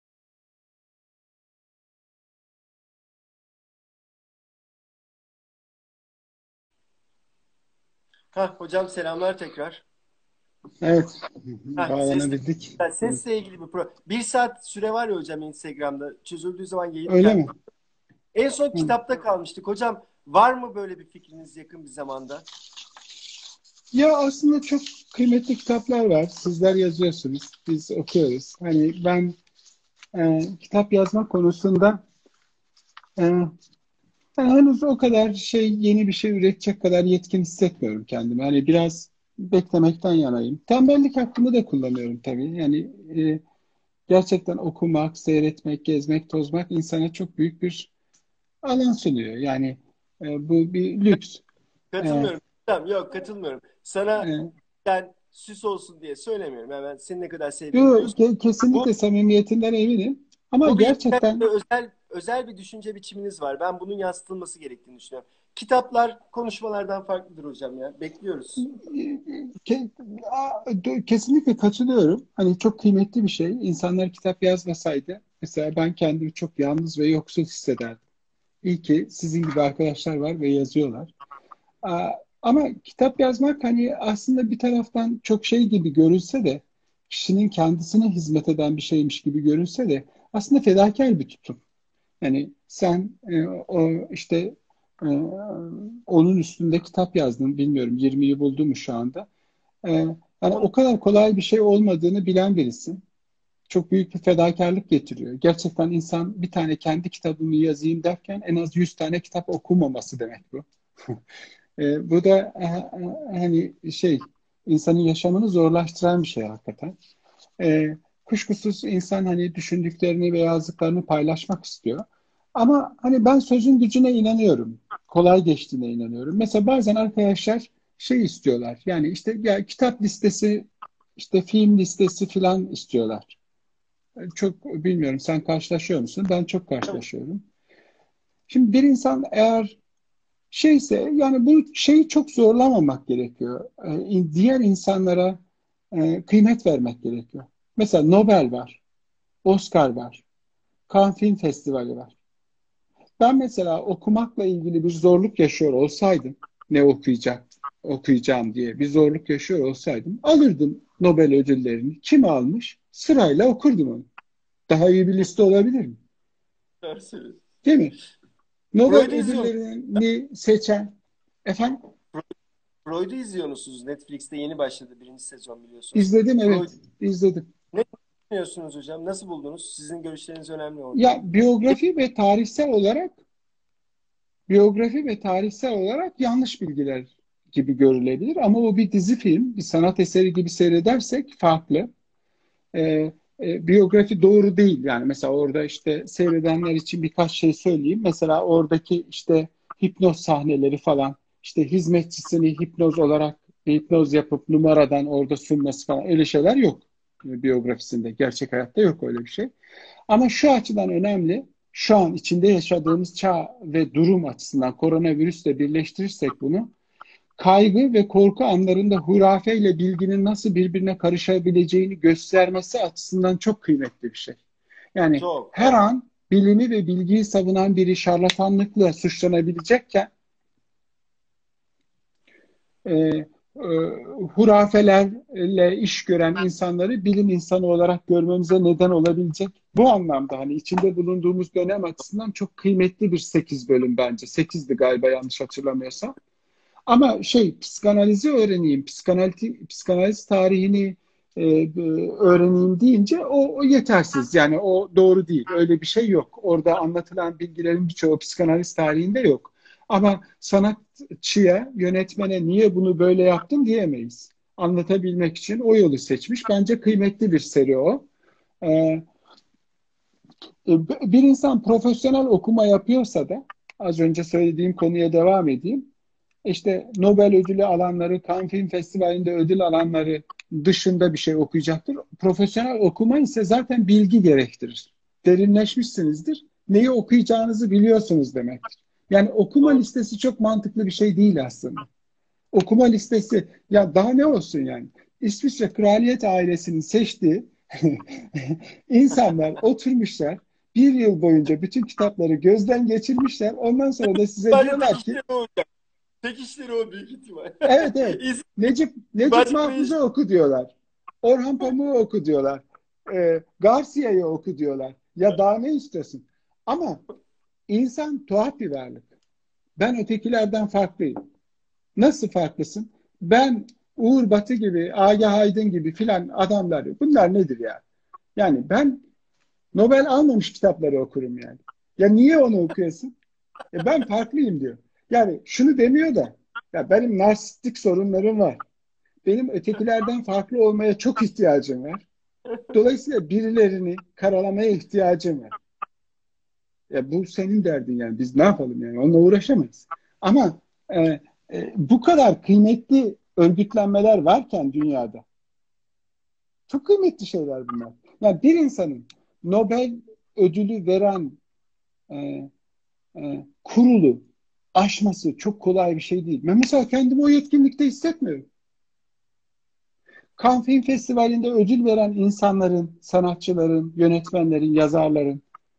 Speaker 1: Ha hocam, selamlar tekrar.
Speaker 2: Evet.
Speaker 1: Ha, sesle,
Speaker 2: Bağlanabildik.
Speaker 1: yani
Speaker 2: Evet.
Speaker 1: sesle ilgili bir bir saat süre var ya hocam Instagram'da. Çözüldüğü zaman yayın
Speaker 2: Öyle
Speaker 1: yani
Speaker 2: mi?
Speaker 1: En son
Speaker 2: Hı.
Speaker 1: kitapta kalmıştık. Hocam var mı böyle bir fikriniz yakın bir zamanda?
Speaker 2: Ya aslında çok kıymetli kitaplar var. Sizler yazıyorsunuz, biz okuyoruz. Hani ben kitap yazma konusunda e, ben henüz o kadar yeni bir şey üretecek kadar yetkin hissetmiyorum kendimi. Hani biraz beklemekten yanayım. Tembellik hakkımı da kullanıyorum tabii. Yani e, gerçekten okumak, seyretmek, gezmek, tozmak insana çok büyük bir alan sunuyor. Yani bu bir lüks. E,
Speaker 1: Katılmıyorum. Tamam, yok katılmıyorum. Sana
Speaker 2: e,
Speaker 1: ben süs olsun diye söylemiyorum. Yani ben seni ne kadar sevdiğimi
Speaker 2: Yo,
Speaker 1: biliyorsun. Bu
Speaker 2: kesinlikle samimiyetinden eminim. Ama
Speaker 1: bu bir yetenek ve
Speaker 2: gerçekten
Speaker 1: özel bir düşünce biçiminiz var. Ben bunun yansıtılması gerektiğini düşünüyorum. Kitaplar konuşmalardan farklıdır hocam ya. Bekliyoruz.
Speaker 2: ke- kesinlikle katılıyorum. Hani çok kıymetli bir şey. İnsanlar kitap yazmasaydı, mesela ben kendimi çok yalnız ve yoksul hissederdim. İyi ki sizin gibi arkadaşlar var ve yazıyorlar. Ama kitap yazmak hani aslında bir taraftan çok şey gibi görülse de, kişinin kendisine hizmet eden bir şeymiş gibi görülse de aslında fedakar bir tutum. Yani sen o işte e, onun üstünde kitap yazdın, bilmiyorum 20'yi buldu mu şu anda. E, Yani
Speaker 1: On,
Speaker 2: o kadar kolay bir şey olmadığını bilen birisin. Çok büyük bir fedakarlık getiriyor. Gerçekten insan bir tane kendi kitabımı yazayım derken en az 100 tane kitap okumaması demek bu. Bu da hani insanın yaşamını zorlaştıran bir şey hakikaten. Kuşkusuz insan hani düşündüklerini ve yazdıklarını paylaşmak istiyor. Ama hani ben sözün gücüne inanıyorum. Kolay geçtiğine inanıyorum. Mesela bazen arkadaşlar istiyorlar. Yani işte ya kitap listesi, işte film listesi falan istiyorlar. Çok bilmiyorum, sen karşılaşıyor musun? Ben çok karşılaşıyorum. Şimdi bir insan eğer yani bu şeyi çok zorlamamak gerekiyor. Diğer insanlara kıymet vermek gerekiyor. Mesela Nobel var, Oscar var, Cannes Film Festivali var. Ben mesela okumakla ilgili bir zorluk yaşıyor olsaydım, ne okuyacağım diye bir zorluk yaşıyor olsaydım, alırdım Nobel ödüllerini. Kim almış? Sırayla okurdum onu. Daha iyi bir liste olabilir mi?
Speaker 1: doğru söylüyorsun.
Speaker 2: Değil mi? Nobel
Speaker 1: Freud'u izliyor musunuz?
Speaker 2: ödüllerini seçen, efendim,
Speaker 1: Freud'u izliyor musunuz? Netflix'te yeni başladı birinci sezon biliyorsunuz.
Speaker 2: izledim,
Speaker 1: Freud.
Speaker 2: evet, izledim.
Speaker 1: Ne düşünüyorsunuz hocam? Nasıl buldunuz? Sizin görüşleriniz önemli orada.
Speaker 2: Ya biyografi ve tarihsel olarak yanlış bilgiler gibi görülebilir ama o bir dizi film, bir sanat eseri gibi seyredersek farklı. Biyografi doğru değil. Yani mesela orada işte seyredenler için birkaç şey söyleyeyim. Mesela oradaki işte hipnoz sahneleri falan, işte hizmetçisini hipnoz yapıp numaradan orada sunması falan, öyle şeyler yok biyografisinde. Gerçek hayatta yok öyle bir şey. Ama şu açıdan önemli. Şu an içinde yaşadığımız çağ ve durum açısından koronavirüsle birleştirirsek bunu, kaygı ve korku anlarında hurafe ile bilginin nasıl birbirine karışabileceğini göstermesi açısından çok kıymetli bir şey. Yani
Speaker 1: Çok.
Speaker 2: her an bilimi ve bilgiyi savunan biri şarlatanlıkla suçlanabilecekken e, hurafelerle iş gören insanları bilim insanı olarak görmemize neden olabilecek. Bu anlamda hani içinde bulunduğumuz dönem açısından çok kıymetli bir 8 bölüm bence. 8'di galiba, yanlış hatırlamıyorsam. Ama psikanalizi öğreneyim, psikanaliz tarihini öğreneyim deyince o yetersiz. Yani o doğru değil. Öyle bir şey yok. Orada anlatılan bilgilerin birçoğu psikanaliz tarihinde yok. Ama sanatçıya, yönetmene niye bunu böyle yaptın diyemeyiz. Anlatabilmek için o yolu seçmiş. Bence kıymetli bir seri o. E, Bir insan profesyonel okuma yapıyorsa da, az önce söylediğim konuya devam edeyim. İşte Nobel ödülü alanları, Cannes Film Festivali'nde ödül alanları dışında bir şey okuyacaktır. Profesyonel okuma ise zaten bilgi gerektirir. Derinleşmişsinizdir. Neyi okuyacağınızı biliyorsunuz demektir. Yani okuma
Speaker 1: Doğru.
Speaker 2: listesi çok mantıklı bir şey değil aslında. Okuma listesi, ya daha ne olsun yani? İsviçre kraliyet ailesinin seçtiği insanlar oturmuşlar. Bir yıl boyunca bütün kitapları gözden geçirmişler. Ondan sonra da size
Speaker 1: Sadece tek
Speaker 2: diyorlar ki
Speaker 1: işleri o hocam. Tek işleri o büyük ihtimal.
Speaker 2: evet, evet.
Speaker 1: İzin
Speaker 2: Necip
Speaker 1: başka ne iş?
Speaker 2: Mahfuz'u oku diyorlar. Orhan Pamuk'u oku diyorlar. Garcia'yı oku diyorlar. Ya daha ne istiyorsun? Ama
Speaker 3: İnsan tuhaf bir varlık. Ben ötekilerden farklıyım. Nasıl farklısın? Ben Uğur Batı gibi, Agah Aydın gibi filan adamlar. Bunlar nedir ya? Yani ben Nobel almamış kitapları okurum yani. Ya niye onu okuyorsun? Ben farklıyım diyor. Yani şunu demiyor da ya benim narsistik sorunlarım var. Benim ötekilerden farklı olmaya çok ihtiyacım var. Dolayısıyla birilerini karalamaya ihtiyacım var. Ya bu senin derdin yani. Biz ne yapalım yani? Onunla uğraşamayız. Ama bu kadar kıymetli örgütlenmeler varken dünyada çok kıymetli şeyler bunlar. Yani bir insanın Nobel ödülü veren e, kurulu aşması çok kolay bir şey değil. Ben mesela kendimi o yetkinlikte hissetmiyorum. Cannes Film Festivali'nde ödül veren insanların, sanatçıların, yönetmenlerin, yazarların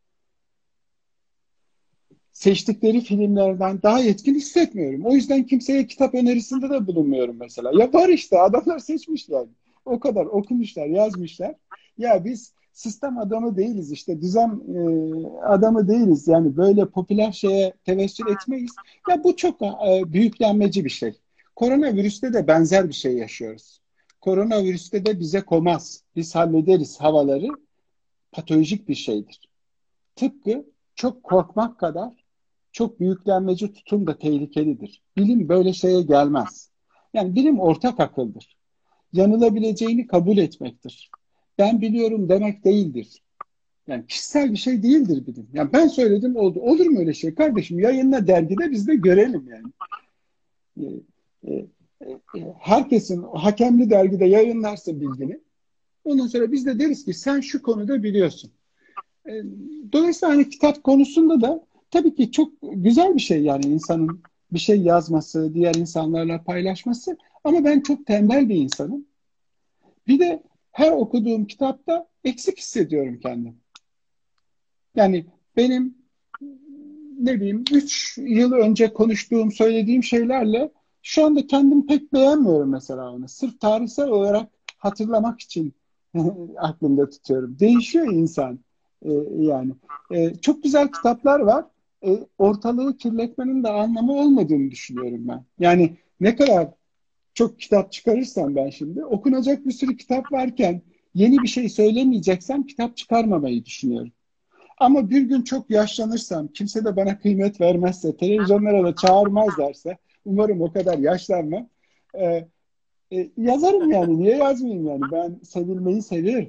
Speaker 3: seçtikleri filmlerden daha yetkin hissetmiyorum. O yüzden kimseye kitap önerisinde de bulunmuyorum mesela. Ya var işte adamlar seçmişler. O kadar okumuşlar, yazmışlar. Ya biz sistem adamı değiliz işte düzen adamı değiliz. Yani böyle popüler şeye tevessül etmeyiz. Ya bu çok büyüklenmeci bir şey. Koronavirüste de benzer bir şey yaşıyoruz. Koronavirüste de bize komaz. Biz hallederiz havaları patolojik bir şeydir. Tıpkı çok korkmak kadar çok büyüklenmeci tutum da tehlikelidir. Bilim böyle şeye gelmez. Yani bilim ortak akıldır. Yanılabileceğini kabul etmektir. Ben biliyorum demek değildir. Yani kişisel bir şey değildir bilim. Yani ben söyledim oldu. Olur mu öyle şey kardeşim? Yayınla dergide biz de görelim yani. Ee, e, Herkesin hakemli dergide yayınlarsa bilgini ondan sonra biz de deriz ki sen şu konuda biliyorsun. E, Dolayısıyla hani kitap konusunda da tabii ki çok güzel bir şey yani insanın bir şey yazması, diğer insanlarla paylaşması. Ama ben çok tembel bir insanım. Bir de her okuduğum kitapta eksik hissediyorum kendimi. Yani benim ne bileyim 3 yıl önce konuştuğum, söylediğim şeylerle şu anda kendimi pek beğenmiyorum mesela onu. Sırf tarihsel olarak hatırlamak için aklımda tutuyorum. Değişiyor insan yani. Çok güzel kitaplar var. Ortalığı kirletmenin de anlamı olmadığını düşünüyorum ben. Yani ne kadar çok kitap çıkarırsam ben şimdi okunacak bir sürü kitap varken yeni bir şey söylemeyeceksem kitap çıkarmamayı düşünüyorum. Ama bir gün çok yaşlanırsam, kimse de bana kıymet vermezse, televizyonlara da çağırmazlarsa, umarım o kadar yaşlanmam. Ee, Yazarım yani, niye yazmayayım yani? Ben sevilmeyi severim.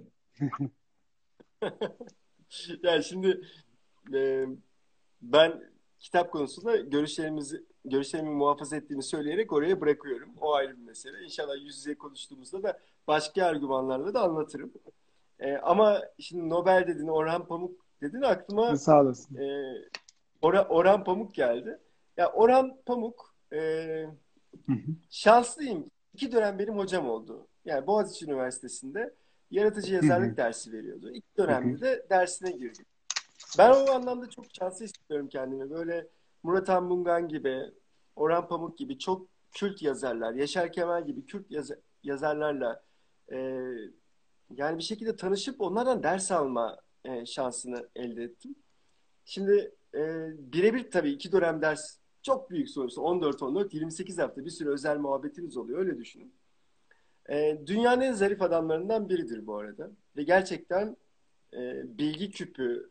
Speaker 1: Yani şimdi e, ben kitap konusunda görüşlerimi muhafaza ettiğimi söyleyerek oraya bırakıyorum. O ayrı bir mesele. İnşallah yüz yüze konuştuğumuzda da başka argümanlarla da anlatırım. Ama şimdi Nobel dedin, Orhan Pamuk dedin aklıma
Speaker 3: Sağ olasın.
Speaker 1: e, Orhan Pamuk geldi. Ya Orhan Pamuk
Speaker 3: Hı hı,
Speaker 1: şanslıyım. İki dönem benim hocam oldu. Yani Boğaziçi Üniversitesi'nde yaratıcı
Speaker 3: hı hı,
Speaker 1: yazarlık dersi veriyordu. İlk
Speaker 3: hı hı,
Speaker 1: dönemde de dersine girdim. Ben o anlamda çok şanslı hissediyorum kendimi. Böyle Murat Anmungan gibi, Orhan Pamuk gibi çok kült yazarlar, Yaşar Kemal gibi yazarlarla e, yani bir şekilde tanışıp onlardan ders alma şansını elde ettim. Şimdi birebir tabii iki dönem ders çok büyük sonuçta 14-14, 28 hafta bir sürü özel muhabbetiniz oluyor öyle düşünün. Dünyanın en zarif adamlarından biridir bu arada. Ve gerçekten bilgi küpü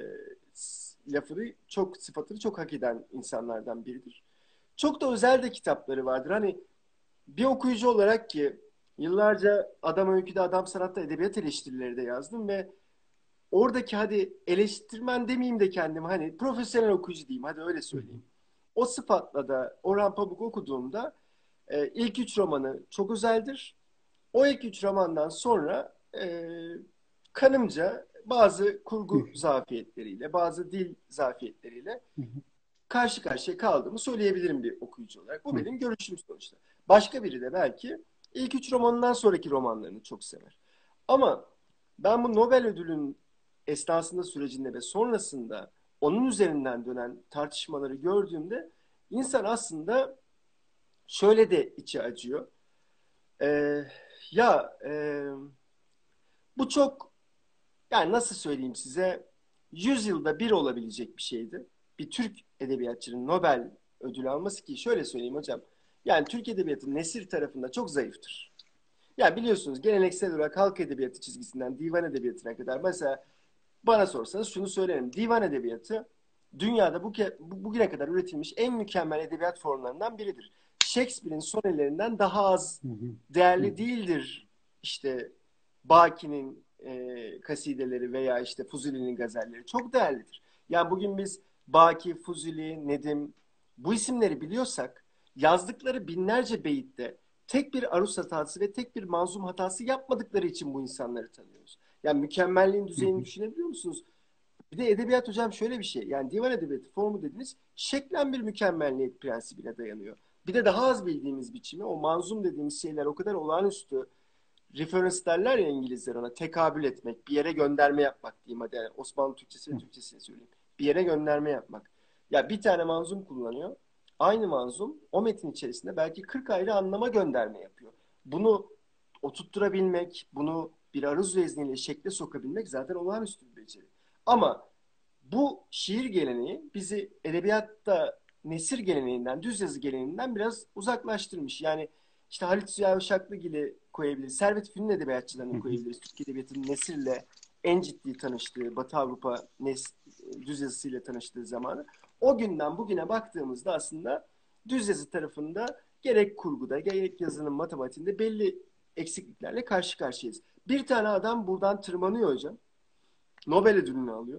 Speaker 1: lafını çok sıfatını çok hak eden insanlardan biridir. Çok da özel de kitapları vardır. Hani bir okuyucu olarak ki yıllarca Adam Öykü'de, Adam Sanat'ta edebiyat eleştirileri de yazdım ve oradaki hadi eleştirmen demeyeyim de kendimi hani profesyonel okuyucu diyeyim hadi öyle
Speaker 3: hı
Speaker 1: söyleyeyim. O sıfatla da Orhan Pamuk okuduğumda ilk üç romanı çok özeldir. O ilk üç romandan sonra kanımca bazı
Speaker 3: hı,
Speaker 1: kurgu zafiyetleriyle, bazı dil zafiyetleriyle
Speaker 3: hı
Speaker 1: karşı karşıya kaldığımı söyleyebilirim bir okuyucu olarak. Bu
Speaker 3: hı,
Speaker 1: benim görüşüm sonuçta. Başka biri de belki ilk üç romanından sonraki romanlarını çok sever. Ama ben bu Nobel ödülün esnasında sürecinde ve sonrasında onun üzerinden dönen tartışmaları gördüğümde insan aslında şöyle de içi acıyor. Ee, ya bu çok yani nasıl söyleyeyim size 100 yılda bir olabilecek bir şeydi. bir Türk edebiyatçının Nobel ödülü alması, ki şöyle söyleyeyim hocam. Yani Türk edebiyatı nesir tarafında çok zayıftır. Yani biliyorsunuz geleneksel olarak halk edebiyatı çizgisinden divan edebiyatına kadar, mesela bana sorsanız şunu söylerim. Divan edebiyatı dünyada bugüne kadar üretilmiş en mükemmel edebiyat formlarından biridir. Shakespeare'in sonelerinden daha az değerli değildir. İşte Baki'nin kasideleri veya işte Fuzuli'nin gazelleri çok değerlidir. Yani bugün biz Baki, Fuzuli, Nedim, bu isimleri biliyorsak yazdıkları binlerce beyitte tek bir aruz hatası ve tek bir manzum hatası yapmadıkları için bu insanları tanıyoruz. Yani mükemmelliğin düzeyini düşünebiliyor musunuz? Bir de edebiyat hocam şöyle bir şey. Yani divan edebiyatı formu dediğiniz şeklen bir mükemmelliyet prensibine dayanıyor. Bir de daha az bildiğimiz biçimi, o manzum dediğimiz şeyler o kadar olağanüstü, reference derler ya İngilizler ona, tekabül etmek, bir yere gönderme yapmak diyeyim hadi, yani Osmanlı Türkçesi ve Türkçesini söyleyeyim. Bir yere gönderme yapmak. Ya bir tane manzum kullanıyor. Aynı manzum o metin içerisinde belki 40 ayrı anlama gönderme yapıyor. Bunu oturtturabilmek, bunu bir aruz vezniyle şekle sokabilmek zaten olağanüstü bir beceri. Ama bu şiir geleneği bizi edebiyatta nesir geleneğinden, düz yazı geleneğinden biraz uzaklaştırmış. Yani işte Halit Ziya Uşaklıgil'i koyabiliriz. Servet Fünun edebiyatçılarını koyabiliriz. Türk Edebiyatı'nın nesirle en ciddi tanıştığı, Batı Avrupa düz yazısıyla tanıştığı zamanı. O günden bugüne baktığımızda aslında düz yazı tarafında gerek kurguda, gerek yazının matematiğinde belli eksikliklerle karşı karşıyayız. Bir tane adam buradan tırmanıyor hocam. Nobel ödülünü alıyor.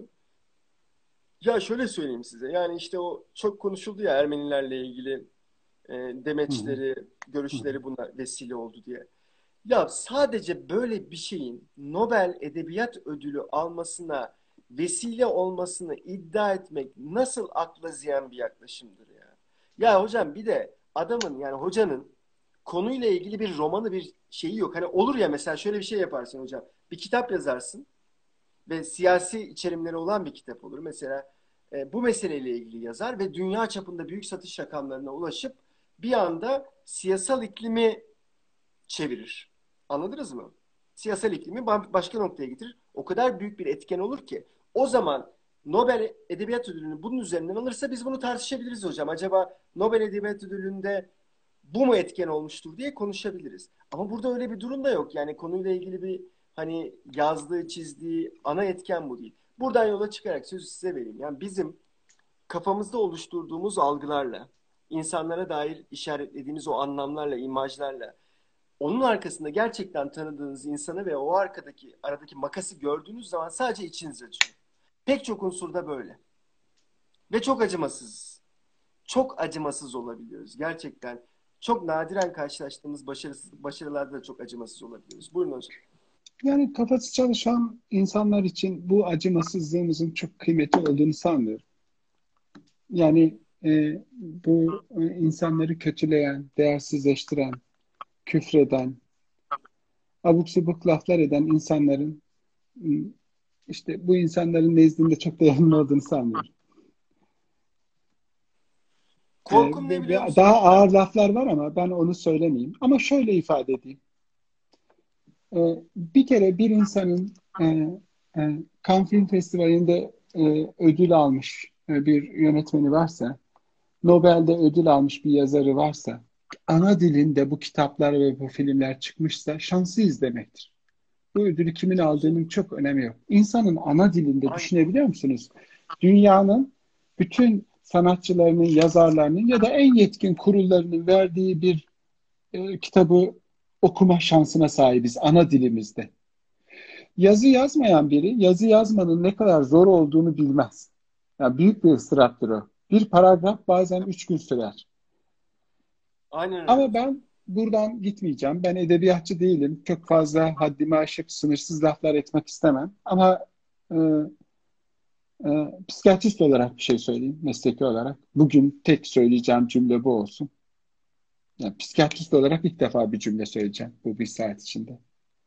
Speaker 1: Ya şöyle söyleyeyim size. Yani işte o çok konuşuldu ya Ermenilerle ilgili demeçleri, görüşleri buna vesile oldu diye. Ya sadece böyle bir şeyin Nobel Edebiyat Ödülü almasına vesile olmasını iddia etmek nasıl akla ziyan bir yaklaşımdır ya. Ya hocam bir de adamın, yani hocanın konuyla ilgili bir romanı, bir şeyi yok. Hani olur ya, mesela şöyle bir şey yaparsın hocam. Bir kitap yazarsın ve siyasi içerimleri olan bir kitap olur. Mesela bu meseleyle ilgili yazar ve dünya çapında büyük satış rakamlarına ulaşıp bir anda siyasal iklimi çevirir. Anladınız mı? Siyasal iklimi başka noktaya getirir. O kadar büyük bir etken olur ki o zaman Nobel Edebiyat Ödülünü bunun üzerinden alırsa biz bunu tartışabiliriz hocam. Acaba Nobel Edebiyat Ödülü'nde bu mu etken olmuştur diye konuşabiliriz. Ama burada öyle bir durum da yok. Yani konuyla ilgili bir hani yazdığı, çizdiği ana etken bu değil. Buradan yola çıkarak sözü size vereyim. Yani bizim kafamızda oluşturduğumuz algılarla, insanlara dair işaretlediğimiz o anlamlarla, imajlarla, onun arkasında gerçekten tanıdığınız insanı ve o aradaki makası gördüğünüz zaman sadece içiniz acıyor. Pek çok unsurda böyle. Ve çok acımasız. Çok acımasız olabiliyoruz. Gerçekten çok nadiren karşılaştığımız başarılarda da çok acımasız olabiliyoruz. Buyurun hocam.
Speaker 3: Yani kafası çalışan insanlar için bu acımasızlığımızın çok kıymetli olduğunu sanmıyorum. Yani bu insanları kötüleyen, değersizleştiren, küfreden, abuk subuk laflar eden insanların işte bu insanların nezdinde çok değerli olduğunu sanmıyorum.
Speaker 1: Korkum ne biliyor musunuz?
Speaker 3: Daha ağır laflar var ama ben onu söylemeyeyim. Ama şöyle ifade edeyim. Bir kere bir insanın Cannes Film Festivali'nde ödül almış bir yönetmeni varsa, Nobel'de ödül almış bir yazarı varsa, ana dilinde bu kitaplar ve bu filmler çıkmışsa şanslıyız demektir. Bu ödülü kimin aldığının çok önemi yok. İnsanın ana dilinde
Speaker 1: Aynen.
Speaker 3: düşünebiliyor musunuz? Dünyanın bütün sanatçılarının, yazarlarının ya da en yetkin kurullarının verdiği bir kitabı okuma şansına sahibiz ana dilimizde. Yazı yazmayan biri yazı yazmanın ne kadar zor olduğunu bilmez. Yani büyük bir ıstıraptır o. Bir paragraf bazen 3 gün sürer.
Speaker 1: Aynen öyle
Speaker 3: Ama
Speaker 1: hocam.
Speaker 3: ben buradan gitmeyeceğim. Ben edebiyatçı değilim. Çok fazla haddimi aşıp sınırsız laflar etmek istemem. Ama e, psikiyatrist olarak bir şey söyleyeyim, mesleki olarak. Bugün tek söyleyeceğim cümle bu olsun. Yani psikiyatrist olarak ilk defa bir cümle söyleyeceğim bu bir saat içinde.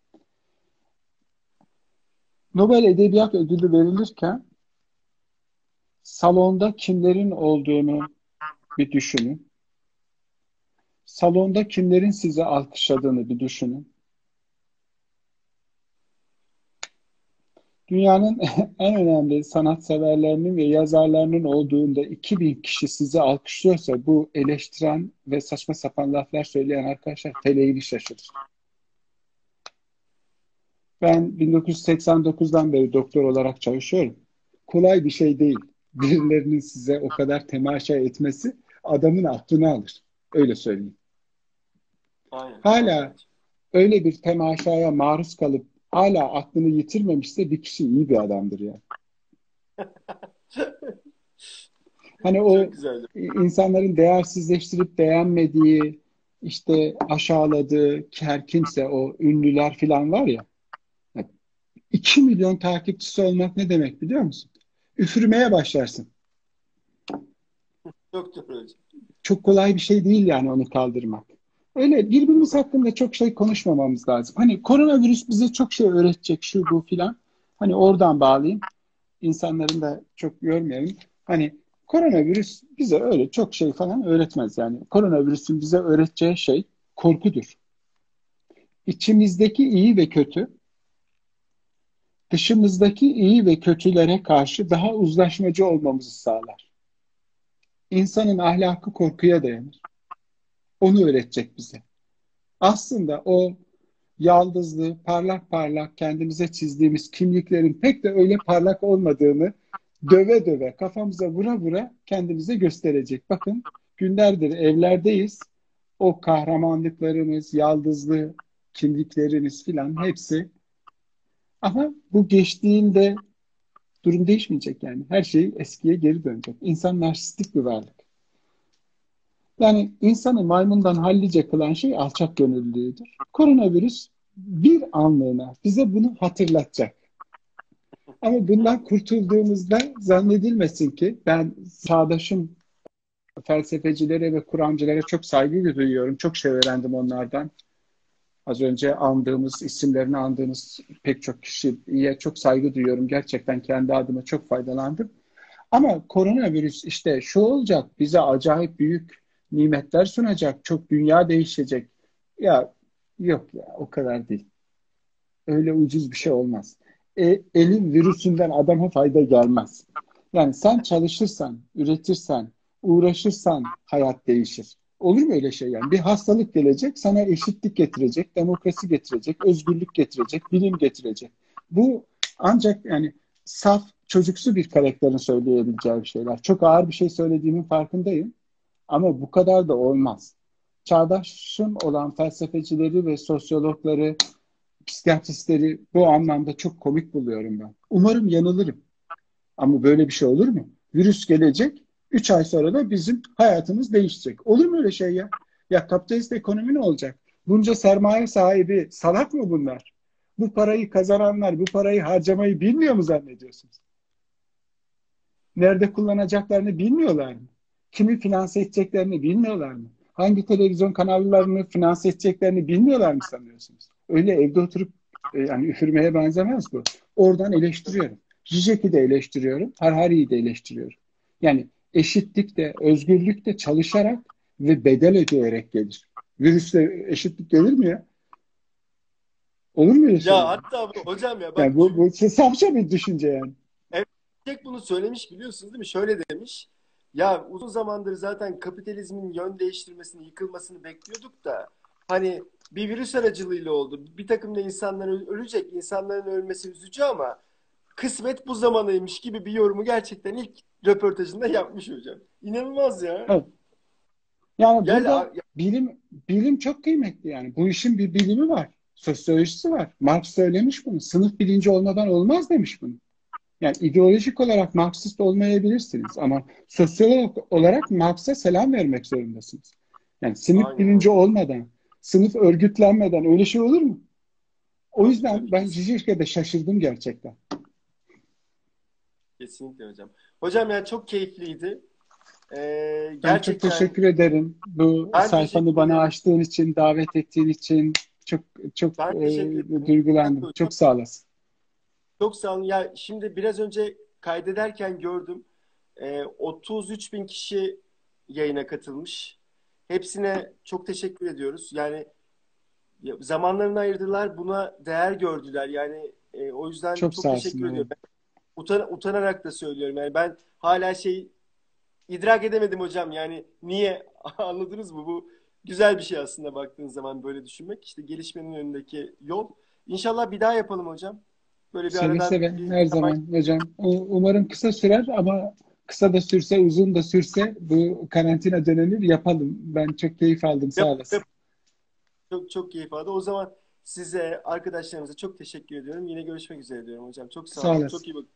Speaker 3: Nobel Edebiyat Ödülü verilirken salonda kimlerin olduğunu bir düşünün. Salonda kimlerin sizi alkışladığını bir düşünün. Dünyanın en önemli sanatseverlerinin ve yazarlarının olduğunda 2000 kişi sizi alkışlıyorsa bu eleştiren ve saçma sapan laflar söyleyen arkadaşlar feleğini şaşırır. Ben 1989'dan beri doktor olarak çalışıyorum. Kolay bir şey değil. Birilerinin size o kadar temaşa etmesi adamın aklını alır. Öyle söyleyeyim.
Speaker 1: Aynen,
Speaker 3: Hala
Speaker 1: aynen.
Speaker 3: öyle bir temaşaya maruz kalıp hala aklını yitirmemişse bir kişi iyi bir adamdır ya. Hani o
Speaker 1: Çok güzeldi.
Speaker 3: insanların değersizleştirip beğenmediği, işte aşağıladığı her kimse o ünlüler falan var ya. 2 milyon takipçisi olmak ne demek biliyor musun? Üfürmeye başlarsın.
Speaker 1: Çok doğru hocam.
Speaker 3: Çok kolay bir şey değil yani onu kaldırmak. Öyle birbirimiz hakkında çok şey konuşmamamız lazım. Hani koronavirüs bize çok şey öğretecek şu bu filan. Hani oradan bağlayayım. İnsanların da çok yormayalım. Hani koronavirüs bize öyle çok şey falan öğretmez yani. Koronavirüsün bize öğreteceği şey korkudur. İçimizdeki iyi ve kötü, dışımızdaki iyi ve kötülere karşı daha uzlaşmacı olmamızı sağlar. İnsanın ahlakı korkuya dayanır. Onu öğretecek bize. Aslında o yaldızlı, parlak parlak kendimize çizdiğimiz kimliklerin pek de öyle parlak olmadığını döve döve, kafamıza vura vura kendimize gösterecek. Bakın günlerdir evlerdeyiz. O kahramanlıklarımız, yaldızlı kimliklerimiz filan hepsi. Ama bu geçtiğinde durum değişmeyecek yani. Her şey eskiye geri dönecek. İnsan narsistik bir varlık. Yani insanı maymundan hallice kılan şey alçak gönüllülüğüdür. Koronavirüs bir anlığına bize bunu hatırlatacak. Ama bundan kurtulduğumuzda zannedilmesin ki ben çağdaşım felsefecilere ve Kur'ancılara çok saygı duyuyorum. Çok şey öğrendim onlardan. Az önce andığımız, isimlerini andığımız pek çok kişiye çok saygı duyuyorum. Gerçekten kendi adıma çok faydalandım. Ama koronavirüs işte şu olacak, bize acayip büyük nimetler sunacak, çok dünya değişecek. Ya yok ya o kadar değil. Öyle ucuz bir şey olmaz. Elin virüsünden adama fayda gelmez. Yani sen çalışırsan, üretirsen, uğraşırsan hayat değişir. Olur mu öyle şey yani? Bir hastalık gelecek, sana eşitlik getirecek, demokrasi getirecek, özgürlük getirecek, bilim getirecek. Bu ancak yani saf, çocuksu bir karakterin söyleyebileceği şeyler. Çok ağır bir şey söylediğimin farkındayım. Ama bu kadar da olmaz. Çağdaşım olan felsefecileri ve sosyologları, psikiyatristleri bu anlamda çok komik buluyorum ben. Umarım yanılırım. Ama böyle bir şey olur mu? Virüs gelecek, 3 ay sonra da bizim hayatımız değişecek. Olur mu öyle şey ya? Ya kapitalist ekonomi ne olacak? Bunca sermaye sahibi salak mı bunlar? Bu parayı kazananlar bu parayı harcamayı bilmiyor mu zannediyorsunuz? Nerede kullanacaklarını bilmiyorlar mı? Kimi finanse edeceklerini bilmiyorlar mı? Hangi televizyon kanallarını finanse edeceklerini bilmiyorlar mı sanıyorsunuz? Öyle evde oturup yani üfürmeye benzemez bu. Oradan eleştiriyorum. Zizek'i de eleştiriyorum. Harari'yi de eleştiriyorum. Yani eşitlik de, özgürlük de çalışarak ve bedel ödeyerek gelir. Virüsle eşitlik gelir mi ya? Olur mu öyle şey
Speaker 1: Ya
Speaker 3: yani?
Speaker 1: hatta hocam ya
Speaker 3: Yani
Speaker 1: bak
Speaker 3: bu safça bir düşünce yani.
Speaker 1: Tek bunu söylemiş biliyorsunuz değil mi? Şöyle demiş. Ya uzun zamandır zaten kapitalizmin yön değiştirmesini, yıkılmasını bekliyorduk da hani bir virüs aracılığıyla oldu. Bir takım da insanlar ölecek. İnsanların ölmesi üzücü ama kısmet bu zamanıymış gibi bir yorumu gerçekten ilk röportajında yapmış hocam. İnanılmaz ya.
Speaker 3: Evet. Yani
Speaker 1: Gel
Speaker 3: burada bilim çok kıymetli yani. Bu işin bir bilimi var. Sosyolojisi var. Marx söylemiş bunu. Sınıf bilinci olmadan olmaz demiş bunu. Yani ideolojik olarak Marksist olmayabilirsiniz ama sosyolog olarak Marx'a selam vermek zorundasınız. Yani sınıf
Speaker 1: aynen öyle.
Speaker 3: bilinci olmadan, sınıf örgütlenmeden öyle şey olur mu? O
Speaker 1: Tabii
Speaker 3: yüzden
Speaker 1: tabii
Speaker 3: ben Zizek'e şaşırdım gerçekten.
Speaker 1: kesinlikle hocam. Hocam yani çok keyifliydi.
Speaker 3: Ben çok
Speaker 1: Gerçekten
Speaker 3: teşekkür ederim. Bu
Speaker 1: ben
Speaker 3: sayfanı
Speaker 1: teşekkür
Speaker 3: bana
Speaker 1: ederim.
Speaker 3: açtığın için, davet ettiğin için çok çok
Speaker 1: Ben teşekkür ederim.
Speaker 3: duygulandım.
Speaker 1: Hocam,
Speaker 3: Çok sağ olasın.
Speaker 1: çok sağ olun. Ya şimdi biraz önce kaydederken gördüm. 33 bin kişi yayına katılmış. Hepsine çok teşekkür ediyoruz. Yani zamanlarını ayırdılar, buna değer gördüler. Yani O yüzden
Speaker 3: Çok
Speaker 1: çok
Speaker 3: sağ
Speaker 1: teşekkür
Speaker 3: olsun.
Speaker 1: ediyorum. Utanarak da söylüyorum. Yani ben hala idrak edemedim hocam. Yani niye? Anladınız mı? Bu güzel bir şey aslında baktığınız zaman böyle düşünmek. İşte gelişmenin önündeki yol. İnşallah bir daha yapalım hocam. Böyle bir
Speaker 3: Seve
Speaker 1: aradan
Speaker 3: seve
Speaker 1: bir
Speaker 3: her
Speaker 1: zaman.
Speaker 3: zaman hocam. Umarım kısa sürer ama kısa da sürse, uzun da sürse bu karantina dönemi yapalım. Ben çok keyif aldım. Sağ
Speaker 1: Yap,
Speaker 3: olasın.
Speaker 1: çok çok keyif aldı. O zaman size, arkadaşlarımıza çok teşekkür ediyorum. Yine görüşmek üzere diyorum hocam. Çok sağ
Speaker 3: Sağ
Speaker 1: olun. Çok
Speaker 3: olasın.
Speaker 1: iyi bakın.